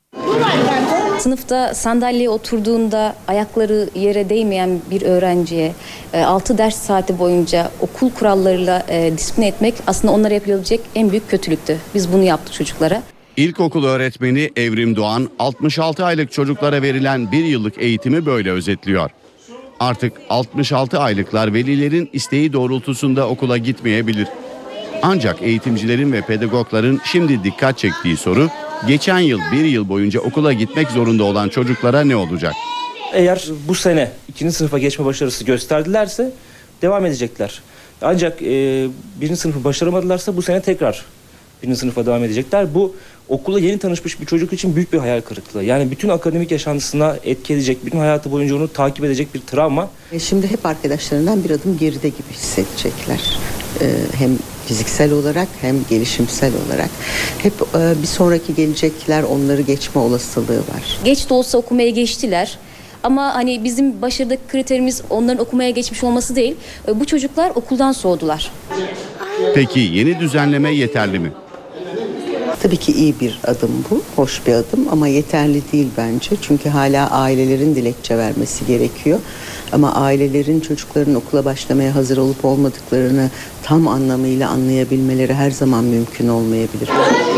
Sınıfta sandalyeye oturduğunda ayakları yere değmeyen bir öğrenciye 6 ders saati boyunca okul kurallarıyla disipline etmek aslında onlara yapılabilecek en büyük kötülüktü. Biz bunu yaptık çocuklara. İlkokul öğretmeni Evrim Doğan 66 aylık çocuklara verilen bir yıllık eğitimi böyle özetliyor. Artık 66 aylıklar velilerin isteği doğrultusunda okula gitmeyebilir. Ancak eğitimcilerin ve pedagogların şimdi dikkat çektiği soru, geçen yıl bir yıl boyunca okula gitmek zorunda olan çocuklara ne olacak? Eğer bu sene 2. sınıfa geçme başarısı gösterdilerse devam edecekler. Ancak 1. sınıfı başaramadılarsa bu sene tekrar 1. sınıfa devam edecekler. Bu okula yeni tanışmış bir çocuk için büyük bir hayal kırıklığı. Yani bütün akademik yaşantısına etki edecek, bütün hayatı boyunca onu takip edecek bir travma. Şimdi hep arkadaşlarından bir adım geride gibi hissedecekler. Hem fiziksel olarak hem gelişimsel olarak. Hep bir sonraki gelecekler onları geçme olasılığı var. Geç de olsa okumaya geçtiler. Ama hani bizim başarıdaki kriterimiz onların okumaya geçmiş olması değil. Bu çocuklar okuldan soğudular. Peki yeni düzenleme yeterli mi? Tabii ki iyi bir adım bu, hoş bir adım ama yeterli değil bence. Çünkü hala ailelerin dilekçe vermesi gerekiyor. Ama ailelerin çocukların okula başlamaya hazır olup olmadıklarını tam anlamıyla anlayabilmeleri her zaman mümkün olmayabilir.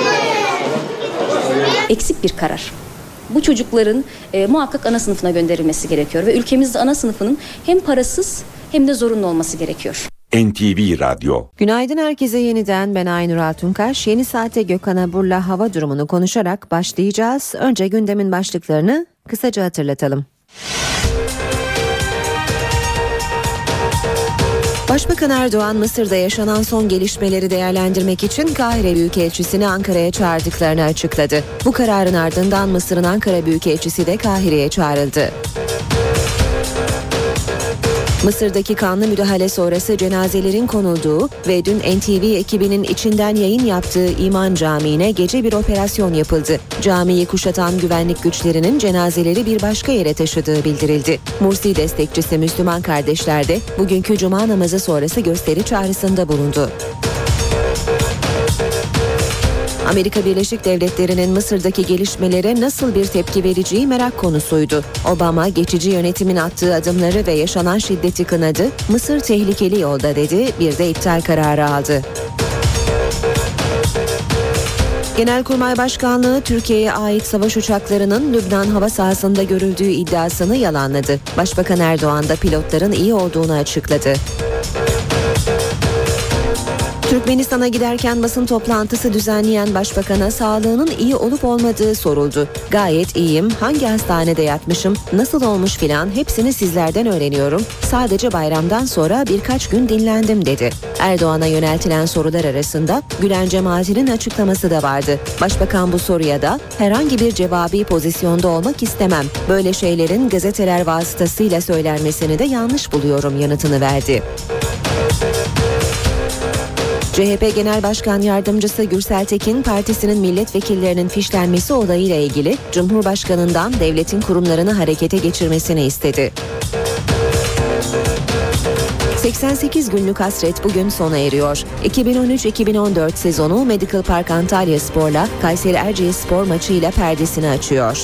Eksik bir karar. Bu çocukların muhakkak ana sınıfına gönderilmesi gerekiyor ve ülkemizde ana sınıfının hem parasız hem de zorunlu olması gerekiyor. NTV Radyo. Günaydın herkese yeniden, ben Aynur Altunkaş. Yeni saate Gökhan Abur'la hava durumunu konuşarak başlayacağız. Önce gündemin başlıklarını kısaca hatırlatalım. Başbakan Erdoğan, Mısır'da yaşanan son gelişmeleri değerlendirmek için Kahire Büyükelçisi'ni Ankara'ya çağırdıklarını açıkladı. Bu kararın ardından Mısır'ın Ankara Büyükelçisi de Kahire'ye çağrıldı. Mısır'daki kanlı müdahale sonrası cenazelerin konulduğu ve dün NTV ekibinin içinden yayın yaptığı İman Camii'ne gece bir operasyon yapıldı. Camiyi kuşatan güvenlik güçlerinin cenazeleri bir başka yere taşıdığı bildirildi. Mursi destekçisi Müslüman kardeşler de bugünkü cuma namazı sonrası gösteri çağrısında bulundu. Amerika Birleşik Devletleri'nin Mısır'daki gelişmelere nasıl bir tepki vereceği merak konusuydu. Obama, geçici yönetimin attığı adımları ve yaşanan şiddeti kınadı, Mısır tehlikeli yolda dedi, bir de iptal kararı aldı. Genelkurmay Başkanlığı, Türkiye'ye ait savaş uçaklarının Lübnan hava sahasında görüldüğü iddiasını yalanladı. Başbakan Erdoğan da pilotların iyi olduğunu açıkladı. Türkmenistan'a giderken basın toplantısı düzenleyen başbakana sağlığının iyi olup olmadığı soruldu. Gayet iyiyim, hangi hastanede yatmışım, nasıl olmuş filan hepsini sizlerden öğreniyorum. Sadece bayramdan sonra birkaç gün dinlendim dedi. Erdoğan'a yöneltilen sorular arasında Gülen cemaatinin açıklaması da vardı. Başbakan bu soruya da herhangi bir cevabi pozisyonda olmak istemem. Böyle şeylerin gazeteler vasıtasıyla söylenmesini de yanlış buluyorum yanıtını verdi. CHP Genel Başkan Yardımcısı Gürsel Tekin, partisinin milletvekillerinin fişlenmesi olayıyla ilgili Cumhurbaşkanı'ndan devletin kurumlarını harekete geçirmesini istedi. 88 günlük hasret bugün sona eriyor. 2013-2014 sezonu Medical Park Antalyaspor'la Kayseri Erciyesspor maçıyla perdesini açıyor.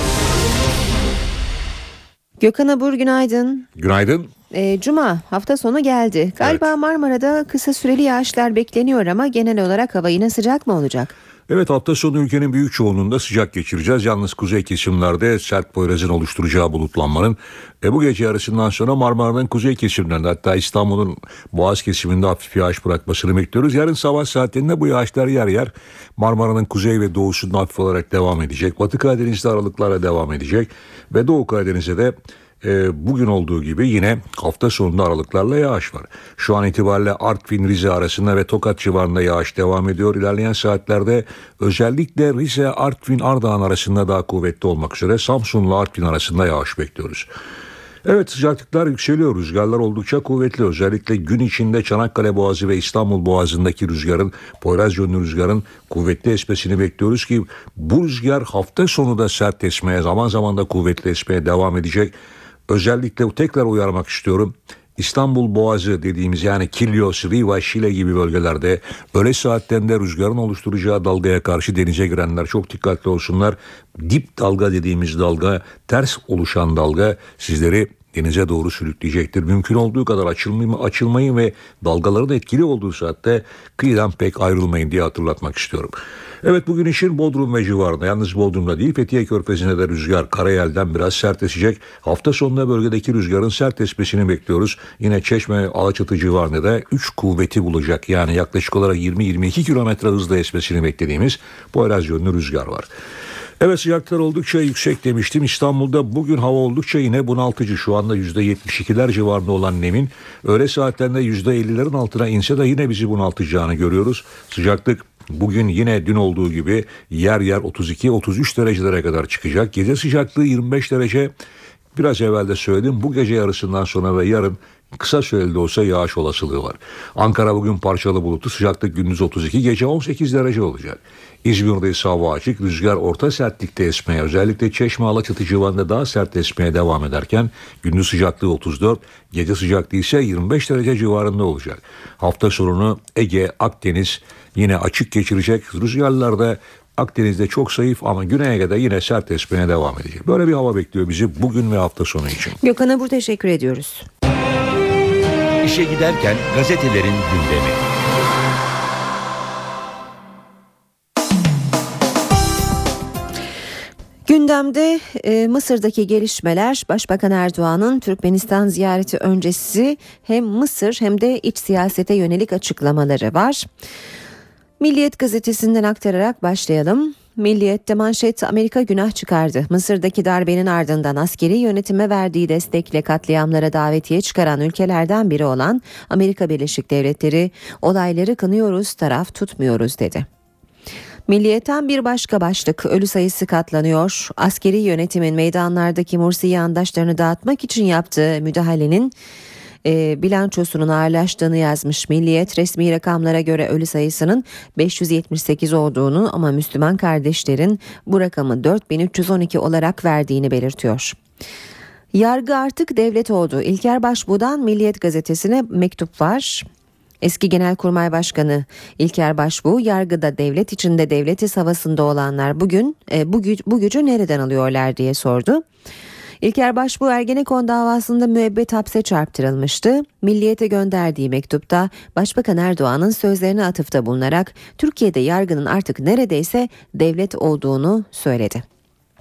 Gökhan Abur, günaydın. Günaydın. Cuma hafta sonu geldi. Galiba evet. Marmara'da kısa süreli yağışlar bekleniyor ama genel olarak hava yine sıcak mı olacak? Evet, hafta sonu ülkenin büyük çoğunluğunda sıcak geçireceğiz. Yalnız kuzey kesimlerde sert Poyraz'ın oluşturacağı bulutlanmanın bu gece yarısından sonra Marmara'nın kuzey kesimlerinde, hatta İstanbul'un Boğaz kesiminde hafif yağış bırakmasını bekliyoruz. Yarın sabah saatlerinde bu yağışlar yer yer Marmara'nın kuzey ve doğusunda hafif olarak devam edecek. Batı Karadeniz'de aralıklarla devam edecek ve Doğu Karadeniz'de de bugün olduğu gibi yine hafta sonunda aralıklarla yağış var. Şu an itibariyle Artvin, Rize arasında ve Tokat civarında yağış devam ediyor. İlerleyen saatlerde özellikle Rize, Artvin, Ardahan arasında daha kuvvetli olmak üzere Samsun'la Artvin arasında yağış bekliyoruz. Evet, sıcaklıklar yükseliyor. Rüzgarlar oldukça kuvvetli. Özellikle gün içinde Çanakkale Boğazı ve İstanbul Boğazı'ndaki rüzgarın, Poyraz yönlü rüzgarın kuvvetli esmesini bekliyoruz ki bu rüzgar hafta sonu da sert esmeye, zaman zaman da kuvvetli esmeye devam edecek. Özellikle tekrar uyarmak istiyorum. İstanbul Boğazı dediğimiz, yani Kilyos, Riva, Şile gibi bölgelerde öğle saatlerinde rüzgarın oluşturacağı dalgaya karşı denize girenler çok dikkatli olsunlar. Dip dalga dediğimiz dalga, ters oluşan dalga sizleri denize doğru sürükleyecektir. Mümkün olduğu kadar açılmayın ve dalgaların etkili olduğu saatte kıyıdan pek ayrılmayın diye hatırlatmak istiyorum. Evet, bugün için Bodrum ve civarında, yalnız Bodrum'da değil Fethiye Körfezi'nde de rüzgar karayelden biraz sert esecek. Hafta sonunda bölgedeki rüzgarın sert esmesini bekliyoruz. Yine Çeşme, Alaçatı civarında da 3 kuvveti bulacak. Yani yaklaşık olarak 20-22 kilometre hızla esmesini beklediğimiz Poyraz yönlü rüzgar var. Evet, sıcaklıklar oldukça yüksek demiştim. İstanbul'da bugün hava oldukça yine bunaltıcı. Şu anda %72'ler civarında olan nemin öğle saatlerinde %50'lerin altına inse de yine bizi bunaltacağını görüyoruz. Sıcaklık bugün yine dün olduğu gibi yer yer 32-33 derecelere kadar çıkacak. Gece sıcaklığı 25 derece. Biraz evvel de söyledim, bu gece yarısından sonra ve yarın kısa süreli de olsa yağış olasılığı var. Ankara bugün parçalı bulutlu, sıcaklık gündüz 32, gece 18 derece olacak. İzmir'de ise hava açık, rüzgar orta sertlikte esmeye, özellikle Çeşme, Alaçatı civarında daha sert esmeye devam ederken gündüz sıcaklığı 34, gece sıcaklığı ise 25 derece civarında olacak. Hafta sonunu Ege, Akdeniz yine açık geçirecek. Rüzgarlar da Akdeniz'de çok zayıf ama Güney Ege'de yine sert esmeye devam edecek. Böyle bir hava bekliyor bizi bugün ve hafta sonu için. Gökhan Abur, teşekkür ediyoruz. İşe giderken gazetelerin gündemi. Gündemde Mısır'daki gelişmeler, Başbakan Erdoğan'ın Türkmenistan ziyareti öncesi hem Mısır hem de iç siyasete yönelik açıklamaları var. Milliyet gazetesinden aktararak başlayalım. Milliyet'te manşet, Amerika günah çıkardı. Mısır'daki darbenin ardından askeri yönetime verdiği destekle katliamlara davetiye çıkaran ülkelerden biri olan Amerika Birleşik Devletleri, olayları kınıyoruz, taraf tutmuyoruz dedi. Milliyet'ten bir başka başlık, ölü sayısı katlanıyor. Askeri yönetimin meydanlardaki Mursi yandaşlarını dağıtmak için yaptığı müdahalenin bilançosunun ağırlaştığını yazmış Milliyet. Resmi rakamlara göre ölü sayısının 578 olduğunu ama Müslüman kardeşlerin bu rakamı 4312 olarak verdiğini belirtiyor. Yargı artık devlet oldu. İlker Başbuğ'dan Milliyet gazetesine mektup var. Eski Genelkurmay Başkanı İlker Başbuğ, yargıda devlet içinde devletiz havasında olanlar bugün bu gücü nereden alıyorlar diye sordu. İlker Başbuğ, Ergenekon davasında müebbet hapse çarptırılmıştı. Milliyet'e gönderdiği mektupta Başbakan Erdoğan'ın sözlerine atıfta bulunarak Türkiye'de yargının artık neredeyse devlet olduğunu söyledi.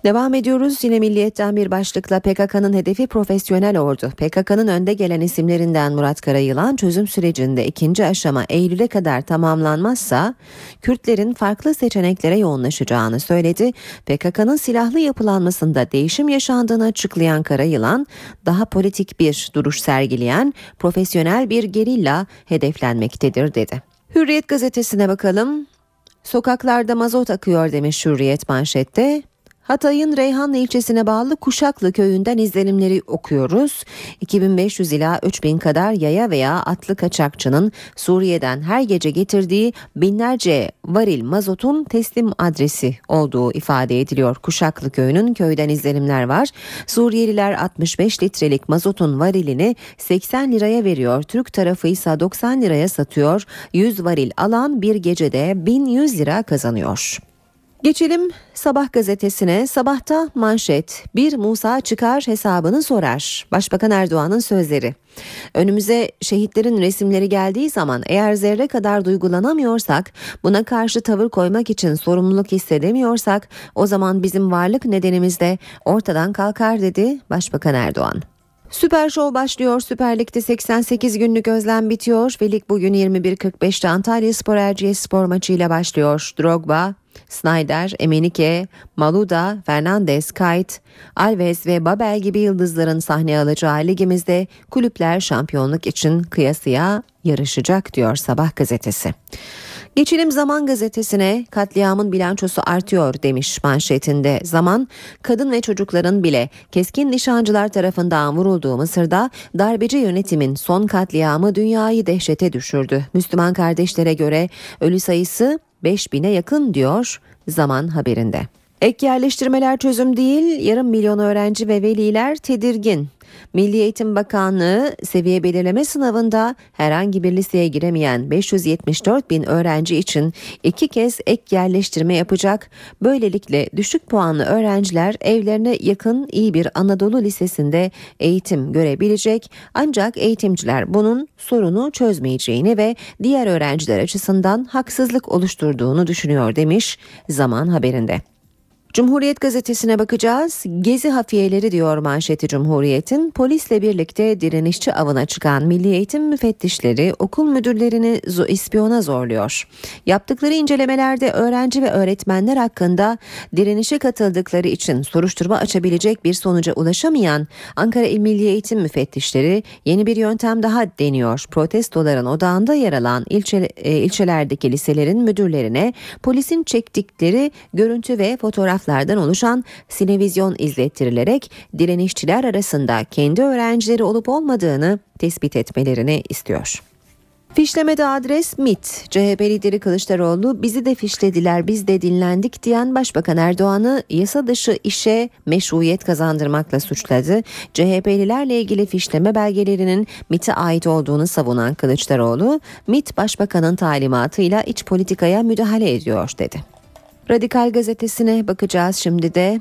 Devam ediyoruz. Yine Milliyet'ten bir başlıkla PKK'nın hedefi profesyonel ordu. PKK'nın önde gelen isimlerinden Murat Karayılan çözüm sürecinde ikinci aşama Eylül'e kadar tamamlanmazsa Kürtlerin farklı seçeneklere yoğunlaşacağını söyledi. PKK'nın silahlı yapılanmasında değişim yaşandığını açıklayan Karayılan, daha politik bir duruş sergileyen profesyonel bir gerilla hedeflenmektedir dedi. Hürriyet gazetesine bakalım. Sokaklarda mazot akıyor demiş Hürriyet manşette. Hatay'ın Reyhanlı ilçesine bağlı Kuşaklı köyünden izlenimleri okuyoruz. 2500 ila 3000 kadar yaya veya atlı kaçakçının Suriye'den her gece getirdiği binlerce varil mazotun teslim adresi olduğu ifade ediliyor. Kuşaklı köyünün köyden izlenimler var. Suriyeliler 65 litrelik mazotun varilini 80 liraya veriyor. Türk tarafı ise 90 liraya satıyor. 100 varil alan bir gecede 1100 lira kazanıyor. Geçelim Sabah gazetesine. Sabahta manşet, bir Musa çıkar hesabını sorar. Başbakan Erdoğan'ın sözleri. Önümüze şehitlerin resimleri geldiği zaman eğer zerre kadar duygulanamıyorsak, buna karşı tavır koymak için sorumluluk hissedemiyorsak, o zaman bizim varlık nedenimiz de ortadan kalkar dedi Başbakan Erdoğan. Süper Show başlıyor. Süper Lig'de 88 günlük özlem bitiyor ve lig bugün 21.45'te Antalyaspor Erciyesspor maçıyla başlıyor. Drogba, Snyder, Emenike, Maluda, Fernandes, Kayt, Alves ve Babel gibi yıldızların sahne alacağı ligimizde kulüpler şampiyonluk için kıyasıya yarışacak diyor Sabah gazetesi. Geçelim Zaman gazetesine. Katliamın bilançosu artıyor demiş manşetinde Zaman. Kadın ve çocukların bile keskin nişancılar tarafından vurulduğu Mısır'da darbeci yönetimin son katliamı dünyayı dehşete düşürdü. Müslüman kardeşlere göre ölü sayısı 5000'e yakın diyor Zaman haberinde. Ek yerleştirmeler çözüm değil, yarım milyon öğrenci ve veliler tedirgin. Milli Eğitim Bakanlığı seviye belirleme sınavında herhangi bir liseye giremeyen 574 bin öğrenci için 2 kez ek yerleştirme yapacak. Böylelikle düşük puanlı öğrenciler evlerine yakın iyi bir Anadolu Lisesi'nde eğitim görebilecek. Ancak eğitimciler bunun sorunu çözmeyeceğini ve diğer öğrenciler açısından haksızlık oluşturduğunu düşünüyor demiş Zaman haberinde. Cumhuriyet gazetesine bakacağız. Gezi hafiyeleri diyor manşeti Cumhuriyet'in. Polisle birlikte direnişçi avına çıkan milli eğitim müfettişleri okul müdürlerini ispiyona zorluyor. Yaptıkları incelemelerde öğrenci ve öğretmenler hakkında direnişe katıldıkları için soruşturma açabilecek bir sonuca ulaşamayan Ankara İl Milli Eğitim Müfettişleri yeni bir yöntem daha deniyor. Protestoların odağında yer alan ilçelerdeki liselerin müdürlerine polisin çektikleri görüntü ve fotoğraflardan oluşan sinevizyon izlettirilerek direnişçiler arasında kendi öğrencileri olup olmadığını tespit etmelerini istiyor. Fişlemede adres MİT. CHP lideri Kılıçdaroğlu bizi de fişlediler biz de dinlendik diyen Başbakan Erdoğan'ı yasa dışı işe meşruiyet kazandırmakla suçladı. CHP'lilerle ilgili fişleme belgelerinin MİT'e ait olduğunu savunan Kılıçdaroğlu, MİT Başbakanın talimatıyla iç politikaya müdahale ediyor dedi. Radikal gazetesine bakacağız şimdi de.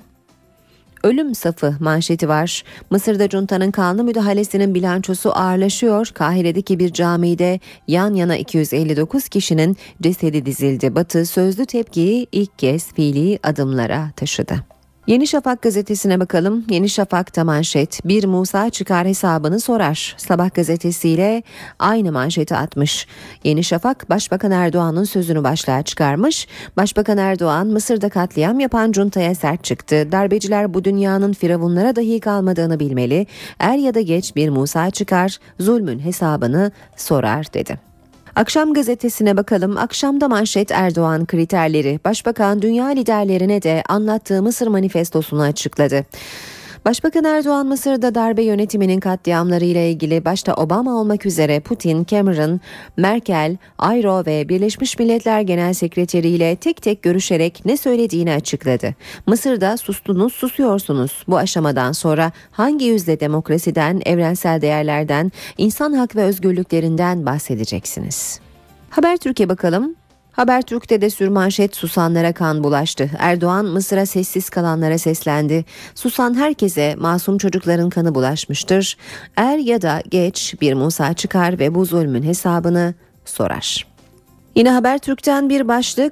Ölüm safı manşeti var. Mısır'da juntanın kanlı müdahalesinin bilançosu ağırlaşıyor. Kahire'deki bir camide yan yana 259 kişinin cesedi dizildi. Batı sözlü tepkiyi ilk kez fiili adımlara taşıdı. Yeni Şafak gazetesine bakalım. Yeni Şafak'ta manşet, bir Musa çıkar hesabını sorar. Sabah gazetesiyle aynı manşeti atmış. Yeni Şafak Başbakan Erdoğan'ın sözünü başlığa çıkarmış. Başbakan Erdoğan Mısır'da katliam yapan cuntaya sert çıktı. Darbeciler bu dünyanın firavunlara dahi kalmadığını bilmeli. Er ya da geç bir Musa çıkar, zulmün hesabını sorar dedi. Akşam gazetesine bakalım. Akşamda manşet Erdoğan kriterleri. Başbakan dünya liderlerine de anlattığı Mısır manifestosunu açıkladı. Başbakan Erdoğan Mısır'da darbe yönetiminin katliamlarıyla ilgili başta Obama olmak üzere Putin, Cameron, Merkel, Ayro ve Birleşmiş Milletler Genel Sekreteri ile tek tek görüşerek ne söylediğini açıkladı. Mısır'da sustunuz, susuyorsunuz. Bu aşamadan sonra hangi yüzle demokrasiden, evrensel değerlerden, insan hak ve özgürlüklerinden bahsedeceksiniz? Habertürk'e bakalım. Habertürk'te de sürmanşet susanlara kan bulaştı. Erdoğan Mısır'a sessiz kalanlara seslendi. Susan herkese masum çocukların kanı bulaşmıştır. Er ya da geç bir Musa çıkar ve bu zulmün hesabını sorar. Yine Habertürk'ten bir başlık.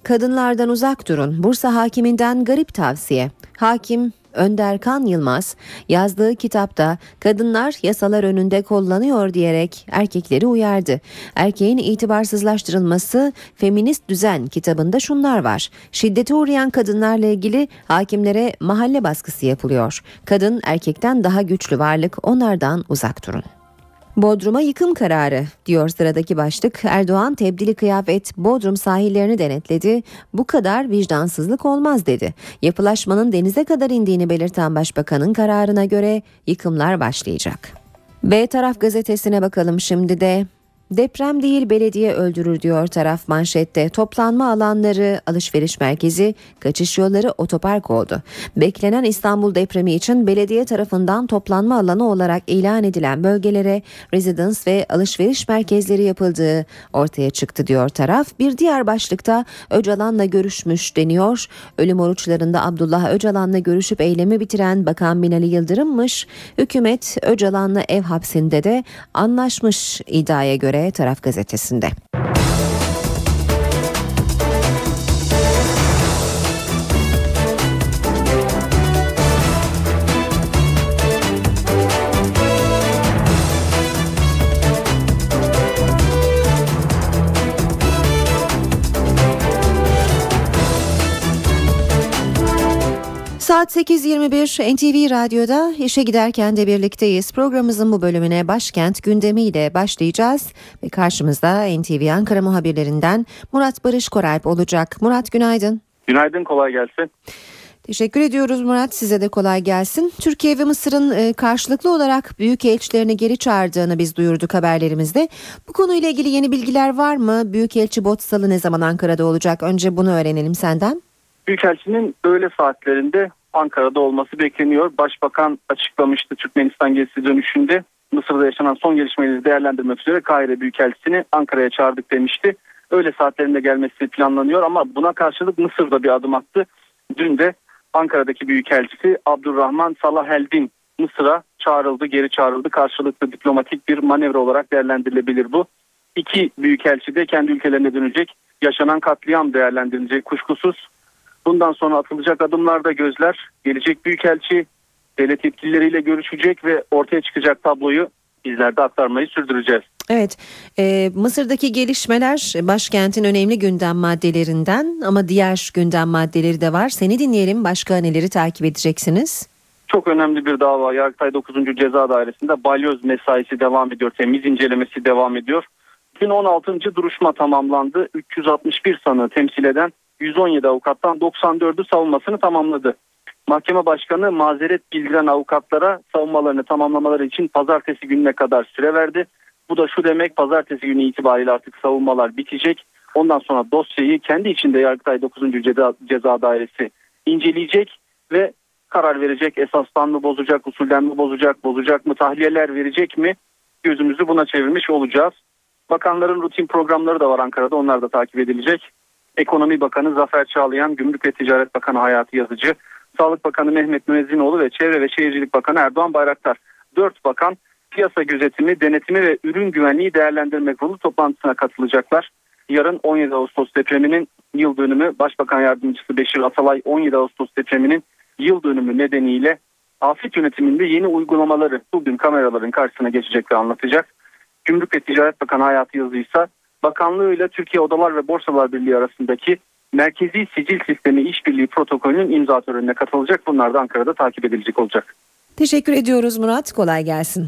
Kadınlardan uzak durun. Bursa hakiminden garip tavsiye. Hakim Önder Kan Yılmaz yazdığı kitapta kadınlar yasalar önünde kollanıyor diyerek erkekleri uyardı. Erkeğin itibarsızlaştırılması Feminist Düzen kitabında şunlar var. Şiddete uğrayan kadınlarla ilgili hakimlere mahalle baskısı yapılıyor. Kadın erkekten daha güçlü varlık, onlardan uzak durun. Bodrum'a yıkım kararı diyor sıradaki başlık. Erdoğan tebdili kıyafet Bodrum sahillerini denetledi. Bu kadar vicdansızlık olmaz dedi. Yapılaşmanın denize kadar indiğini belirten başbakanın kararına göre yıkımlar başlayacak. Ve Taraf gazetesine bakalım şimdi de. Deprem değil belediye öldürür diyor Taraf manşette. Toplanma alanları, alışveriş merkezi, kaçış yolları otopark oldu. Beklenen İstanbul depremi için belediye tarafından toplanma alanı olarak ilan edilen bölgelere rezidans ve alışveriş merkezleri yapıldığı ortaya çıktı diyor Taraf. Bir diğer başlıkta Öcalan'la görüşmüş deniyor. Ölüm oruçlarında Abdullah Öcalan'la görüşüp eylemi bitiren Bakan Binali Yıldırım'mış. Hükümet Öcalan'la ev hapsinde de anlaşmış iddiaya göre Taraf gazetesinde. Saat 8.21 NTV Radyo'da işe giderken de birlikteyiz. Programımızın bu bölümüne başkent gündemiyle başlayacağız. Ve karşımızda NTV Ankara muhabirlerinden Murat Barış Koralp olacak. Murat günaydın. Günaydın, kolay gelsin. Teşekkür ediyoruz Murat, size de kolay gelsin. Türkiye ve Mısır'ın karşılıklı olarak büyükelçilerini geri çağırdığını biz duyurduk haberlerimizde. Bu konuyla ilgili yeni bilgiler var mı? Büyükelçi Botsalı ne zaman Ankara'da olacak? Önce bunu öğrenelim senden. Büyükelçinin öğle saatlerinde Ankara'da olması bekleniyor. Başbakan açıklamıştı Türkmenistan gezisi dönüşünde. Mısır'da yaşanan son gelişmeleri değerlendirmek üzere Kahire Büyükelçisini Ankara'ya çağırdık demişti. Öğle saatlerinde gelmesi planlanıyor ama buna karşılık Mısır'da bir adım attı. Dün de Ankara'daki Büyükelçisi Abdurrahman Salaheldin Mısır'a çağrıldı, geri çağrıldı. Karşılıklı diplomatik bir manevra olarak değerlendirilebilir bu. İki büyükelçi de kendi ülkelerine dönecek. Yaşanan katliam değerlendirilecek kuşkusuz. Bundan sonra atılacak adımlarda gözler gelecek büyükelçi devlet yetkilileriyle görüşecek ve ortaya çıkacak tabloyu bizler de aktarmayı sürdüreceğiz. Evet, Mısır'daki gelişmeler başkentin önemli gündem maddelerinden ama diğer gündem maddeleri de var. Seni dinleyelim, başka neleri takip edeceksiniz? Çok önemli bir dava. Yargıtay 9. Ceza Dairesi'nde balyoz mesaisi devam ediyor. Temiz incelemesi devam ediyor. Dün 16. duruşma tamamlandı. 361 sanığı temsil eden 117 avukattan 94'ü savunmasını tamamladı. Mahkeme başkanı mazeret bildiren avukatlara savunmalarını tamamlamaları için pazartesi gününe kadar süre verdi. Bu da şu demek, pazartesi günü itibariyle artık savunmalar bitecek. Ondan sonra dosyayı kendi içinde Yargıtay 9. Ceza Dairesi inceleyecek ve karar verecek. Esastan mı bozacak, usulden mi bozacak mı, tahliyeler verecek mi? Gözümüzü buna çevirmiş olacağız. Bakanların rutin programları da var Ankara'da, onlar da takip edilecek. Ekonomi Bakanı Zafer Çağlayan, Gümrük ve Ticaret Bakanı Hayati Yazıcı, Sağlık Bakanı Mehmet Müezzinoğlu ve Çevre ve Şehircilik Bakanı Erdoğan Bayraktar. 4 bakan piyasa gözetimi, denetimi ve ürün güvenliği değerlendirme kurulu toplantısına katılacaklar. Yarın 17 Ağustos depreminin yıl dönümü, Başbakan Yardımcısı Beşir Atalay 17 Ağustos depreminin yıl dönümü nedeniyle afet yönetiminde yeni uygulamaları bugün kameraların karşısına geçecek ve anlatacak. Gümrük ve Ticaret Bakanı Hayati Yazıcı ise bakanlığıyla Türkiye Odalar ve Borsalar Birliği arasındaki Merkezi Sicil Sistemi İşbirliği Protokolü'nün imza törenine katılacak. Bunlar da Ankara'da takip edilecek olacak. Teşekkür ediyoruz Murat. Kolay gelsin.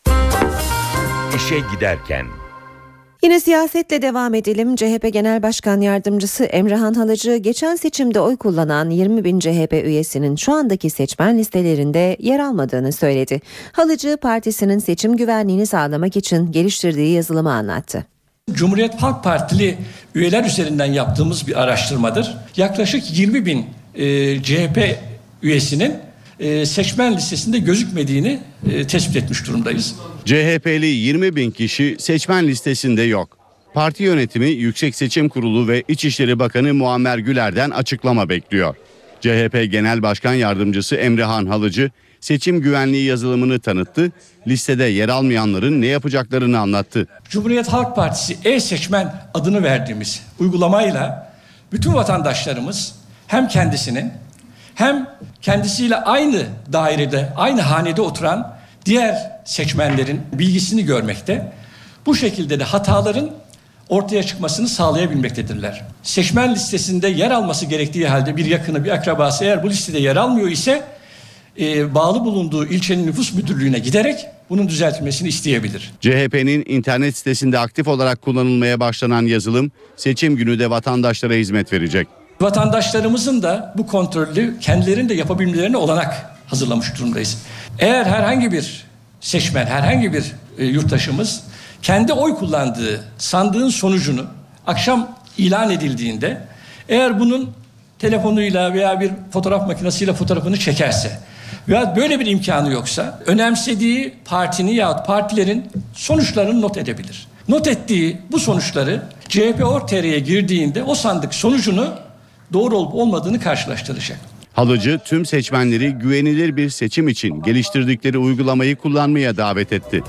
İşe giderken. Yine siyasetle devam edelim. CHP Genel Başkan Yardımcısı Emrehan Halıcı, geçen seçimde oy kullanan 20 bin CHP üyesinin şu andaki seçmen listelerinde yer almadığını söyledi. Halıcı, partisinin seçim güvenliğini sağlamak için geliştirdiği yazılımı anlattı. Cumhuriyet Halk Partili üyeler üzerinden yaptığımız bir araştırmadır. Yaklaşık 20 bin CHP üyesinin seçmen listesinde gözükmediğini tespit etmiş durumdayız. CHP'li 20 bin kişi seçmen listesinde yok. Parti yönetimi Yüksek Seçim Kurulu ve İçişleri Bakanı Muammer Güler'den açıklama bekliyor. CHP Genel Başkan Yardımcısı Emrehan Halıcı seçim güvenliği yazılımını tanıttı, listede yer almayanların ne yapacaklarını anlattı. Cumhuriyet Halk Partisi e-seçmen adını verdiğimiz uygulamayla bütün vatandaşlarımız hem kendisinin hem kendisiyle aynı dairede, aynı hanede oturan diğer seçmenlerin bilgisini görmekte. Bu şekilde de hataların ortaya çıkmasını sağlayabilmektedirler. Seçmen listesinde yer alması gerektiği halde bir yakını, bir akrabası eğer bu listede yer almıyor ise bağlı bulunduğu ilçenin nüfus müdürlüğüne giderek bunun düzeltilmesini isteyebilir. CHP'nin internet sitesinde aktif olarak kullanılmaya başlanan yazılım seçim günü de vatandaşlara hizmet verecek. Vatandaşlarımızın da bu kontrolü kendilerinin de yapabilmelerine olanak hazırlamış durumdayız. Eğer herhangi bir seçmen, herhangi bir yurttaşımız kendi oy kullandığı sandığın sonucunu akşam ilan edildiğinde eğer bunun telefonuyla veya bir fotoğraf makinesiyle fotoğrafını çekerse veya böyle bir imkanı yoksa önemsediği partinin yahut partilerin sonuçlarını not edebilir. Not ettiği bu sonuçları CHP.org.tr'ye girdiğinde o sandık sonucunu doğru olup olmadığını karşılaştıracak. Halıcı tüm seçmenleri güvenilir bir seçim için geliştirdikleri uygulamayı kullanmaya davet etti.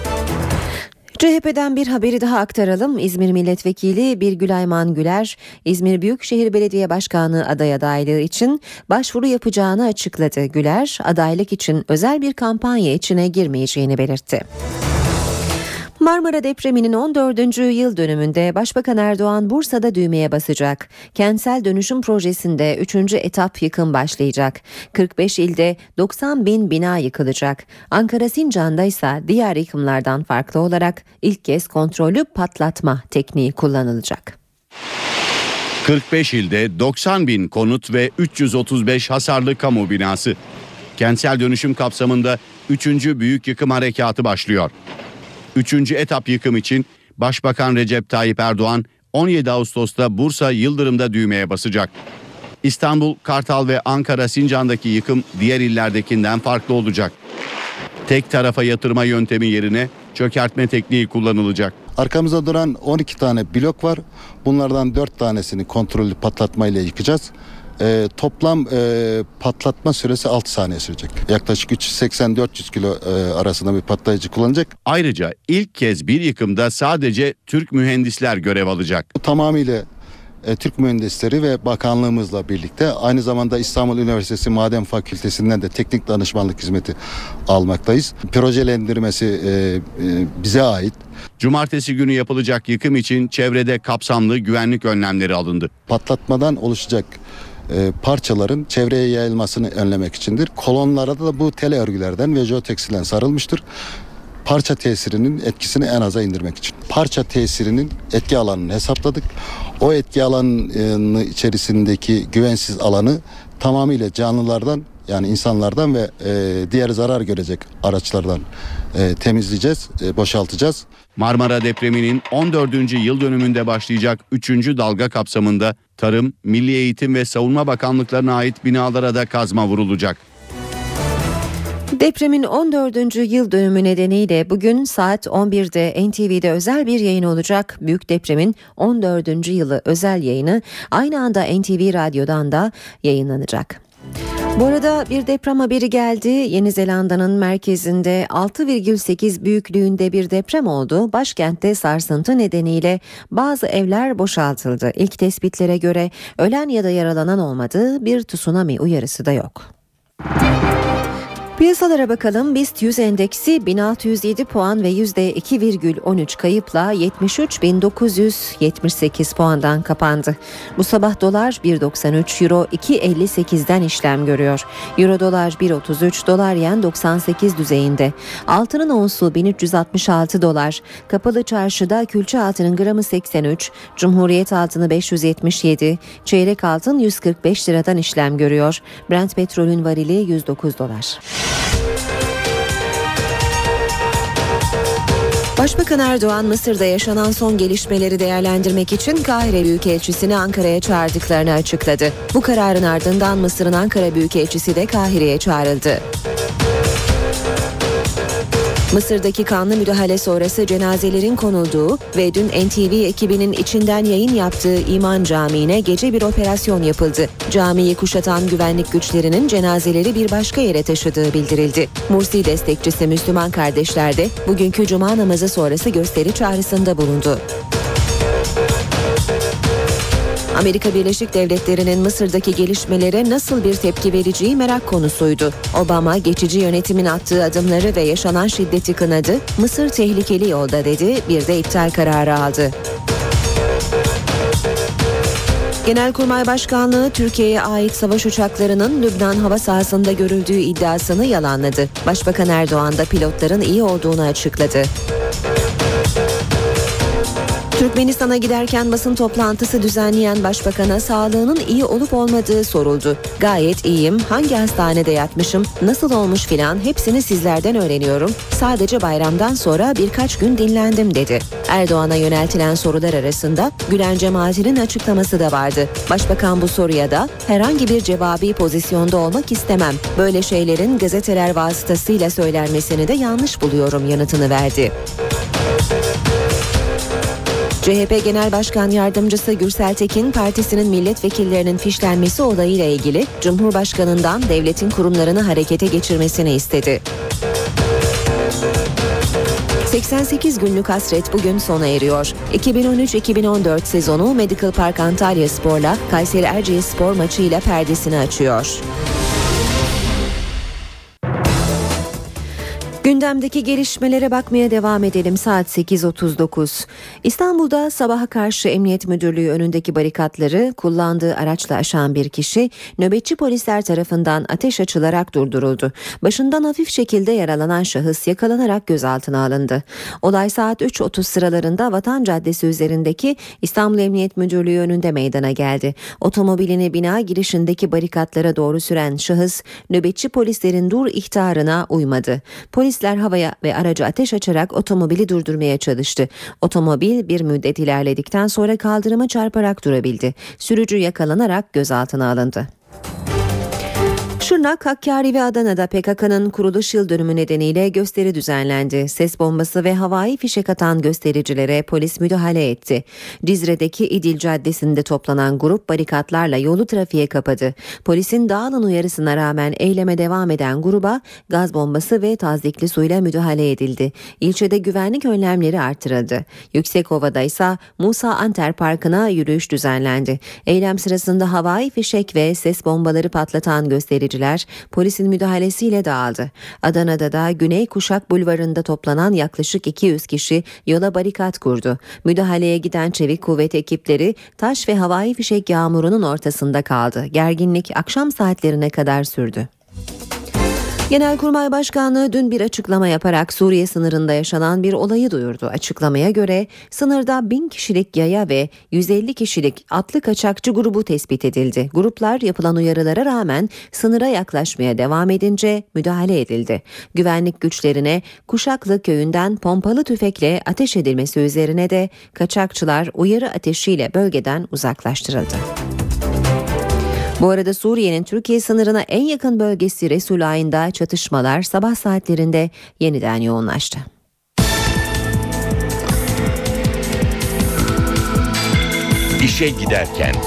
CHP'den bir haberi daha aktaralım. İzmir Milletvekili Birgül Ayman Güler, İzmir Büyükşehir Belediye Başkanlığı aday adaylığı için başvuru yapacağını açıkladı. Güler, adaylık için özel bir kampanya içine girmeyeceğini belirtti. Marmara depreminin 14. yıl dönümünde Başbakan Erdoğan Bursa'da düğmeye basacak. Kentsel dönüşüm projesinde 3. etap yıkım başlayacak. 45 ilde 90 bin bina yıkılacak. Ankara Sincan'da ise diğer yıkımlardan farklı olarak ilk kez kontrollü patlatma tekniği kullanılacak. 45 ilde 90 bin konut ve 335 hasarlı kamu binası. Kentsel dönüşüm kapsamında 3. büyük yıkım harekatı başlıyor. 3. etap yıkım için Başbakan Recep Tayyip Erdoğan 17 Ağustos'ta Bursa Yıldırım'da düğmeye basacak. İstanbul, Kartal ve Ankara Sincan'daki yıkım diğer illerdekinden farklı olacak. Tek tarafa yatırma yöntemi yerine çökertme tekniği kullanılacak. Arkamızda duran 12 tane blok var. Bunlardan 4 tanesini kontrollü patlatmayla yıkacağız. Toplam patlatma süresi 6 saniye sürecek. Yaklaşık 380-400 kilo arasında bir patlayıcı kullanacak. Ayrıca ilk kez bir yıkımda sadece Türk mühendisler görev alacak. Bu tamamıyla Türk mühendisleri ve bakanlığımızla birlikte aynı zamanda İstanbul Üniversitesi Maden Fakültesinden de teknik danışmanlık hizmeti almaktayız. Projelendirmesi bize ait. Cumartesi günü yapılacak yıkım için çevrede kapsamlı güvenlik önlemleri alındı. Patlatmadan oluşacak parçaların çevreye yayılmasını önlemek içindir. Kolonlara da bu tele örgülerden ve jeoteksilden sarılmıştır. Parça tesirinin etkisini en aza indirmek için. Parça tesirinin etki alanını hesapladık. O etki alanı içerisindeki güvensiz alanı tamamıyla canlılardan, yani insanlardan ve diğer zarar görecek araçlardan temizleyeceğiz, boşaltacağız. Marmara depreminin 14. yıl dönümünde başlayacak 3. dalga kapsamında Tarım, Milli Eğitim ve Savunma Bakanlıklarına ait binalara da kazma vurulacak. Depremin 14. yıl dönümü nedeniyle bugün saat 11'de NTV'de özel bir yayın olacak. Büyük depremin 14. yılı özel yayını aynı anda NTV Radyo'dan da yayınlanacak. Bu arada bir deprem haberi geldi. Yeni Zelanda'nın merkezinde 6,8 büyüklüğünde bir deprem oldu. Başkentte sarsıntı nedeniyle bazı evler boşaltıldı. İlk tespitlere göre ölen ya da yaralanan olmadı. Bir tsunami uyarısı da yok. Piyasalara bakalım. BIST 100 endeksi 1607 puan ve %2,13 kayıpla 73.978 puandan kapandı. Bu sabah dolar 1.93, euro 2.58'den işlem görüyor. Euro dolar 1.33, dolar yen 98 düzeyinde. Altının onsu 1366 dolar. Kapalı çarşıda külçe altının gramı 83, Cumhuriyet altını 577, çeyrek altın 145 liradan işlem görüyor. Brent petrolün varili 109 dolar. Başbakan Erdoğan, Mısır'da yaşanan son gelişmeleri değerlendirmek için Kahire Büyükelçisi'ni Ankara'ya çağırdıklarını açıkladı. Bu kararın ardından Mısır'ın Ankara Büyükelçisi de Kahire'ye çağrıldı. Mısır'daki kanlı müdahale sonrası cenazelerin konulduğu ve dün NTV ekibinin içinden yayın yaptığı İman Camii'ne gece bir operasyon yapıldı. Camiyi kuşatan güvenlik güçlerinin cenazeleri bir başka yere taşıdığı bildirildi. Mursi destekçisi Müslüman kardeşler de bugünkü cuma namazı sonrası gösteri çağrısında bulundu. Amerika Birleşik Devletleri'nin Mısır'daki gelişmelere nasıl bir tepki vereceği merak konusuydu. Obama geçici yönetimin attığı adımları ve yaşanan şiddeti kınadı. Mısır tehlikeli yolda dedi, bir de iptal kararı aldı. Genelkurmay Başkanlığı Türkiye'ye ait savaş uçaklarının Lübnan hava sahasında görüldüğü iddiasını yalanladı. Başbakan Erdoğan da pilotların iyi olduğunu açıkladı. Türkmenistan'a giderken basın toplantısı düzenleyen başbakana sağlığının iyi olup olmadığı soruldu. Gayet iyiyim, hangi hastanede yatmışım, nasıl olmuş filan hepsini sizlerden öğreniyorum. Sadece bayramdan sonra birkaç gün dinlendim dedi. Erdoğan'a yöneltilen sorular arasında Gülen cemaatinin açıklaması da vardı. Başbakan bu soruya da herhangi bir cevabi pozisyonda olmak istemem. Böyle şeylerin gazeteler vasıtasıyla söylenmesini de yanlış buluyorum yanıtını verdi. CHP Genel Başkan Yardımcısı Gürsel Tekin, partisinin milletvekillerinin fişlenmesi olayıyla ilgili Cumhurbaşkanı'ndan devletin kurumlarını harekete geçirmesini istedi. 88 günlük hasret bugün sona eriyor. 2013-2014 sezonu Medical Park Antalyaspor'la Kayseri Erciyesspor maçıyla perdesini açıyor. Gündemdeki gelişmelere bakmaya devam edelim. Saat 8.39. İstanbul'da sabaha karşı Emniyet Müdürlüğü önündeki barikatları kullandığı araçla aşan bir kişi nöbetçi polisler tarafından ateş açılarak durduruldu. Başından hafif şekilde yaralanan şahıs yakalanarak gözaltına alındı. Olay saat 3.30 sıralarında Vatan Caddesi üzerindeki İstanbul Emniyet Müdürlüğü önünde meydana geldi. Otomobilini bina girişindeki barikatlara doğru süren şahıs nöbetçi polislerin dur ihtarına uymadı. Polisler havaya ve araca ateş açarak otomobili durdurmaya çalıştı. Otomobil bir müddet ilerledikten sonra kaldırıma çarparak durabildi. Sürücü yakalanarak gözaltına alındı. Şırnak, Hakkari ve Adana'da PKK'nın kuruluş yıl dönümü nedeniyle gösteri düzenlendi. Ses bombası ve havai fişek atan göstericilere polis müdahale etti. Cizre'deki İdil Caddesi'nde toplanan grup barikatlarla yolu trafiğe kapadı. Polisin dağılın uyarısına rağmen eyleme devam eden gruba gaz bombası ve tazyikli suyla müdahale edildi. İlçede güvenlik önlemleri artırıldı. Yüksekova'da ise Musa Anter Parkı'na yürüyüş düzenlendi. Eylem sırasında havai fişek ve ses bombaları patlatan göstericiler polisin müdahalesiyle dağıldı. Adana'da da Güney Kuşak Bulvarı'nda toplanan yaklaşık 200 kişi yola barikat kurdu. Müdahaleye giden çevik kuvvet ekipleri taş ve havai fişek yağmurunun ortasında kaldı. Gerginlik akşam saatlerine kadar sürdü. Genelkurmay Başkanlığı dün bir açıklama yaparak Suriye sınırında yaşanan bir olayı duyurdu. Açıklamaya göre sınırda 1000 kişilik yaya ve 150 kişilik atlı kaçakçı grubu tespit edildi. Gruplar yapılan uyarılara rağmen sınıra yaklaşmaya devam edince müdahale edildi. Güvenlik güçlerine Kuşaklı köyünden pompalı tüfekle ateş edilmesi üzerine de kaçakçılar uyarı ateşiyle bölgeden uzaklaştırıldı. Bu arada Suriye'nin Türkiye sınırına en yakın bölgesi Resulayn'da çatışmalar sabah saatlerinde yeniden yoğunlaştı. İşe giderken.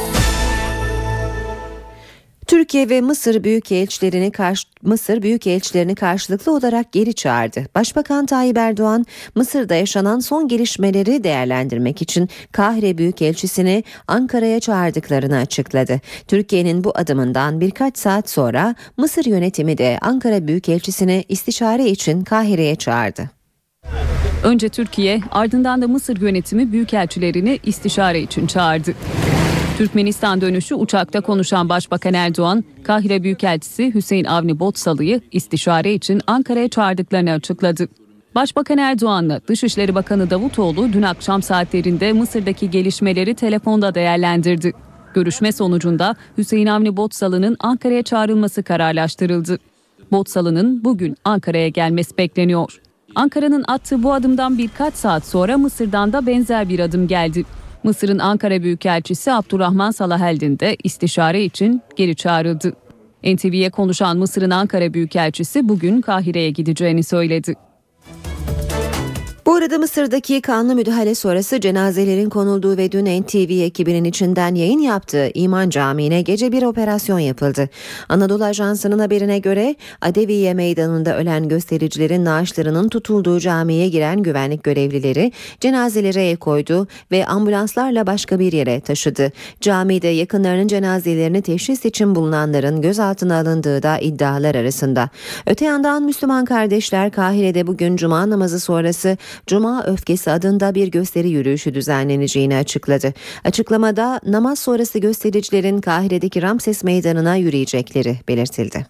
Türkiye ve Mısır büyükelçilerini karşılıklı olarak geri çağırdı. Başbakan Tayyip Erdoğan, Mısır'da yaşanan son gelişmeleri değerlendirmek için Kahire Büyükelçisini Ankara'ya çağırdıklarını açıkladı. Türkiye'nin bu adımından birkaç saat sonra Mısır yönetimi de Ankara Büyükelçisini istişare için Kahire'ye çağırdı. Önce Türkiye, ardından da Mısır yönetimi büyükelçilerini istişare için çağırdı. Türkmenistan dönüşü uçakta konuşan Başbakan Erdoğan, Kahire Büyükelçisi Hüseyin Avni Botsalı'yı istişare için Ankara'ya çağırdıklarını açıkladı. Başbakan Erdoğan'la Dışişleri Bakanı Davutoğlu dün akşam saatlerinde Mısır'daki gelişmeleri telefonda değerlendirdi. Görüşme sonucunda Hüseyin Avni Botsalı'nın Ankara'ya çağrılması kararlaştırıldı. Botsalı'nın bugün Ankara'ya gelmesi bekleniyor. Ankara'nın attığı bu adımdan birkaç saat sonra Mısır'dan da benzer bir adım geldi. Mısır'ın Ankara Büyükelçisi Abdurrahman Salaheldin de istişare için geri çağrıldı. NTV'ye konuşan Mısır'ın Ankara Büyükelçisi bugün Kahire'ye gideceğini söyledi. Bu arada Mısır'daki kanlı müdahale sonrası cenazelerin konulduğu ve dün NTV ekibinin içinden yayın yaptığı İman Camii'ne gece bir operasyon yapıldı. Anadolu Ajansı'nın haberine göre Adeviye Meydanı'nda ölen göstericilerin naaşlarının tutulduğu camiye giren güvenlik görevlileri cenazelere el koydu ve ambulanslarla başka bir yere taşıdı. Camide yakınlarının cenazelerini teşhis için bulunanların gözaltına alındığı da iddialar arasında. Öte yandan Müslüman kardeşler Kahire'de bugün Cuma namazı sonrası Cuma Öfkesi adında bir gösteri yürüyüşü düzenleneceğini açıkladı. Açıklamada namaz sonrası göstericilerin Kahire'deki Ramses Meydanı'na yürüyecekleri belirtildi.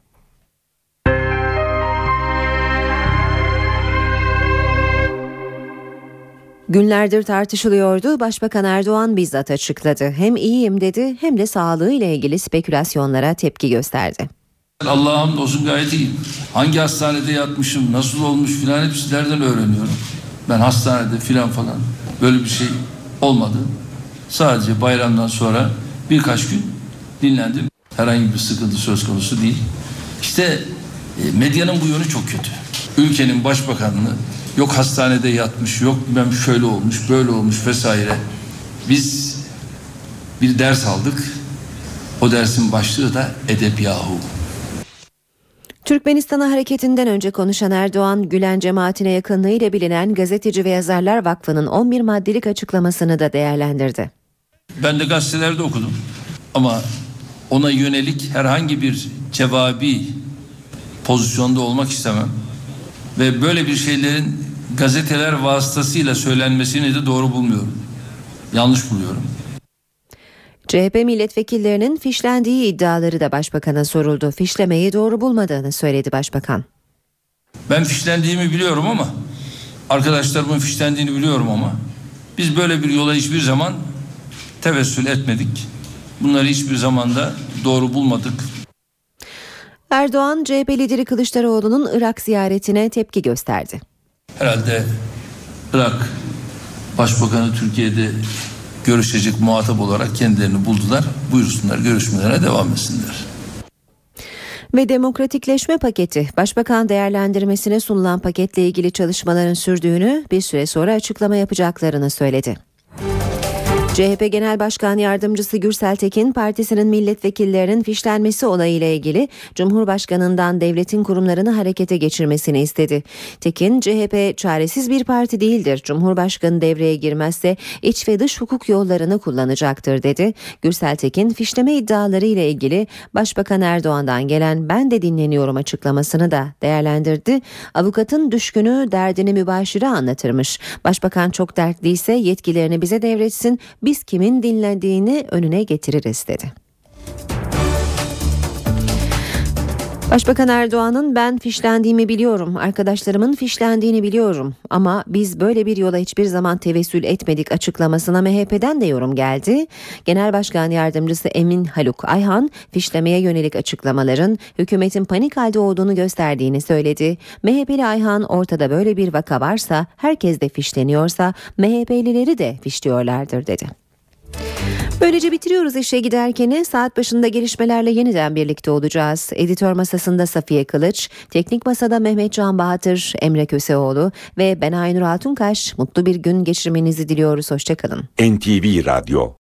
Günlerdir tartışılıyordu. Başbakan Erdoğan bizzat açıkladı. Hem iyiyim dedi hem de sağlığı ile ilgili spekülasyonlara tepki gösterdi. Allah'a hamdolsun gayet iyiyim. Hangi hastanede yatmışım, nasıl olmuş filan hepsi nereden öğreniyorum. Ben hastanede filan falan böyle bir şey olmadı. Sadece bayramdan sonra birkaç gün dinlendim. Herhangi bir sıkıntı söz konusu değil. İşte medyanın bu yönü çok kötü. Ülkenin başbakanını yok hastanede yatmış, yok bilmem şöyle olmuş, böyle olmuş vesaire. Biz bir ders aldık. O dersin başlığı da edep yahu. Türkmenistan'a hareketinden önce konuşan Erdoğan, Gülen cemaatine yakınlığıyla bilinen Gazeteci ve Yazarlar Vakfı'nın 11 maddelik açıklamasını da değerlendirdi. Ben de gazetelerde okudum ama ona yönelik herhangi bir cevabi pozisyonda olmak istemem. Ve böyle bir şeylerin gazeteler vasıtasıyla söylenmesini de doğru bulmuyorum. Yanlış buluyorum. CHP milletvekillerinin fişlendiği iddiaları da başbakana soruldu. Fişlemeyi doğru bulmadığını söyledi başbakan. Ben fişlendiğimi biliyorum ama arkadaşlarımın fişlendiğini biliyorum ama biz böyle bir yola hiçbir zaman tevessül etmedik. Bunları hiçbir zaman da doğru bulmadık. Erdoğan, CHP lideri Kılıçdaroğlu'nun Irak ziyaretine tepki gösterdi. Herhalde Irak Başbakanı Türkiye'de görüşecek muhatap olarak kendilerini buldular. Buyursunlar, görüşmelere devam etsinler. Ve demokratikleşme paketi, başbakan değerlendirmesine sunulan paketle ilgili çalışmaların sürdüğünü, bir süre sonra açıklama yapacaklarını söyledi. CHP Genel Başkan Yardımcısı Gürsel Tekin, partisinin milletvekillerinin fişlenmesi olayıyla ilgili Cumhurbaşkanı'ndan devletin kurumlarını harekete geçirmesini istedi. Tekin, CHP çaresiz bir parti değildir. Cumhurbaşkanı devreye girmezse iç ve dış hukuk yollarını kullanacaktır dedi. Gürsel Tekin, fişleme iddiaları ile ilgili Başbakan Erdoğan'dan gelen "ben de dinleniyorum" açıklamasını da değerlendirdi. Avukatın düşkünü derdini mübaşire anlatırmış. Başbakan çok dertliyse yetkilerini bize devretsin, biz kimin dinlediğini önüne getiririz dedi. Başbakan Erdoğan'ın "ben fişlendiğimi biliyorum, arkadaşlarımın fişlendiğini biliyorum ama biz böyle bir yola hiçbir zaman tevessül etmedik" açıklamasına MHP'den de yorum geldi. Genel Başkan Yardımcısı Emin Haluk Ayhan, fişlemeye yönelik açıklamaların hükümetin panik halde olduğunu gösterdiğini söyledi. MHP'li Ayhan, ortada böyle bir vaka varsa, herkes de fişleniyorsa MHP'lileri de fişliyorlardır dedi. Böylece bitiriyoruz işe giderkeni. Saat başında gelişmelerle yeniden birlikte olacağız. Editör masasında Safiye Kılıç, teknik masada Mehmet Can Bahatır, Emre Köseoğlu ve ben Aynur Altunkaş. Mutlu bir gün geçirmenizi diliyoruz. Hoşçakalın. NTV Radyo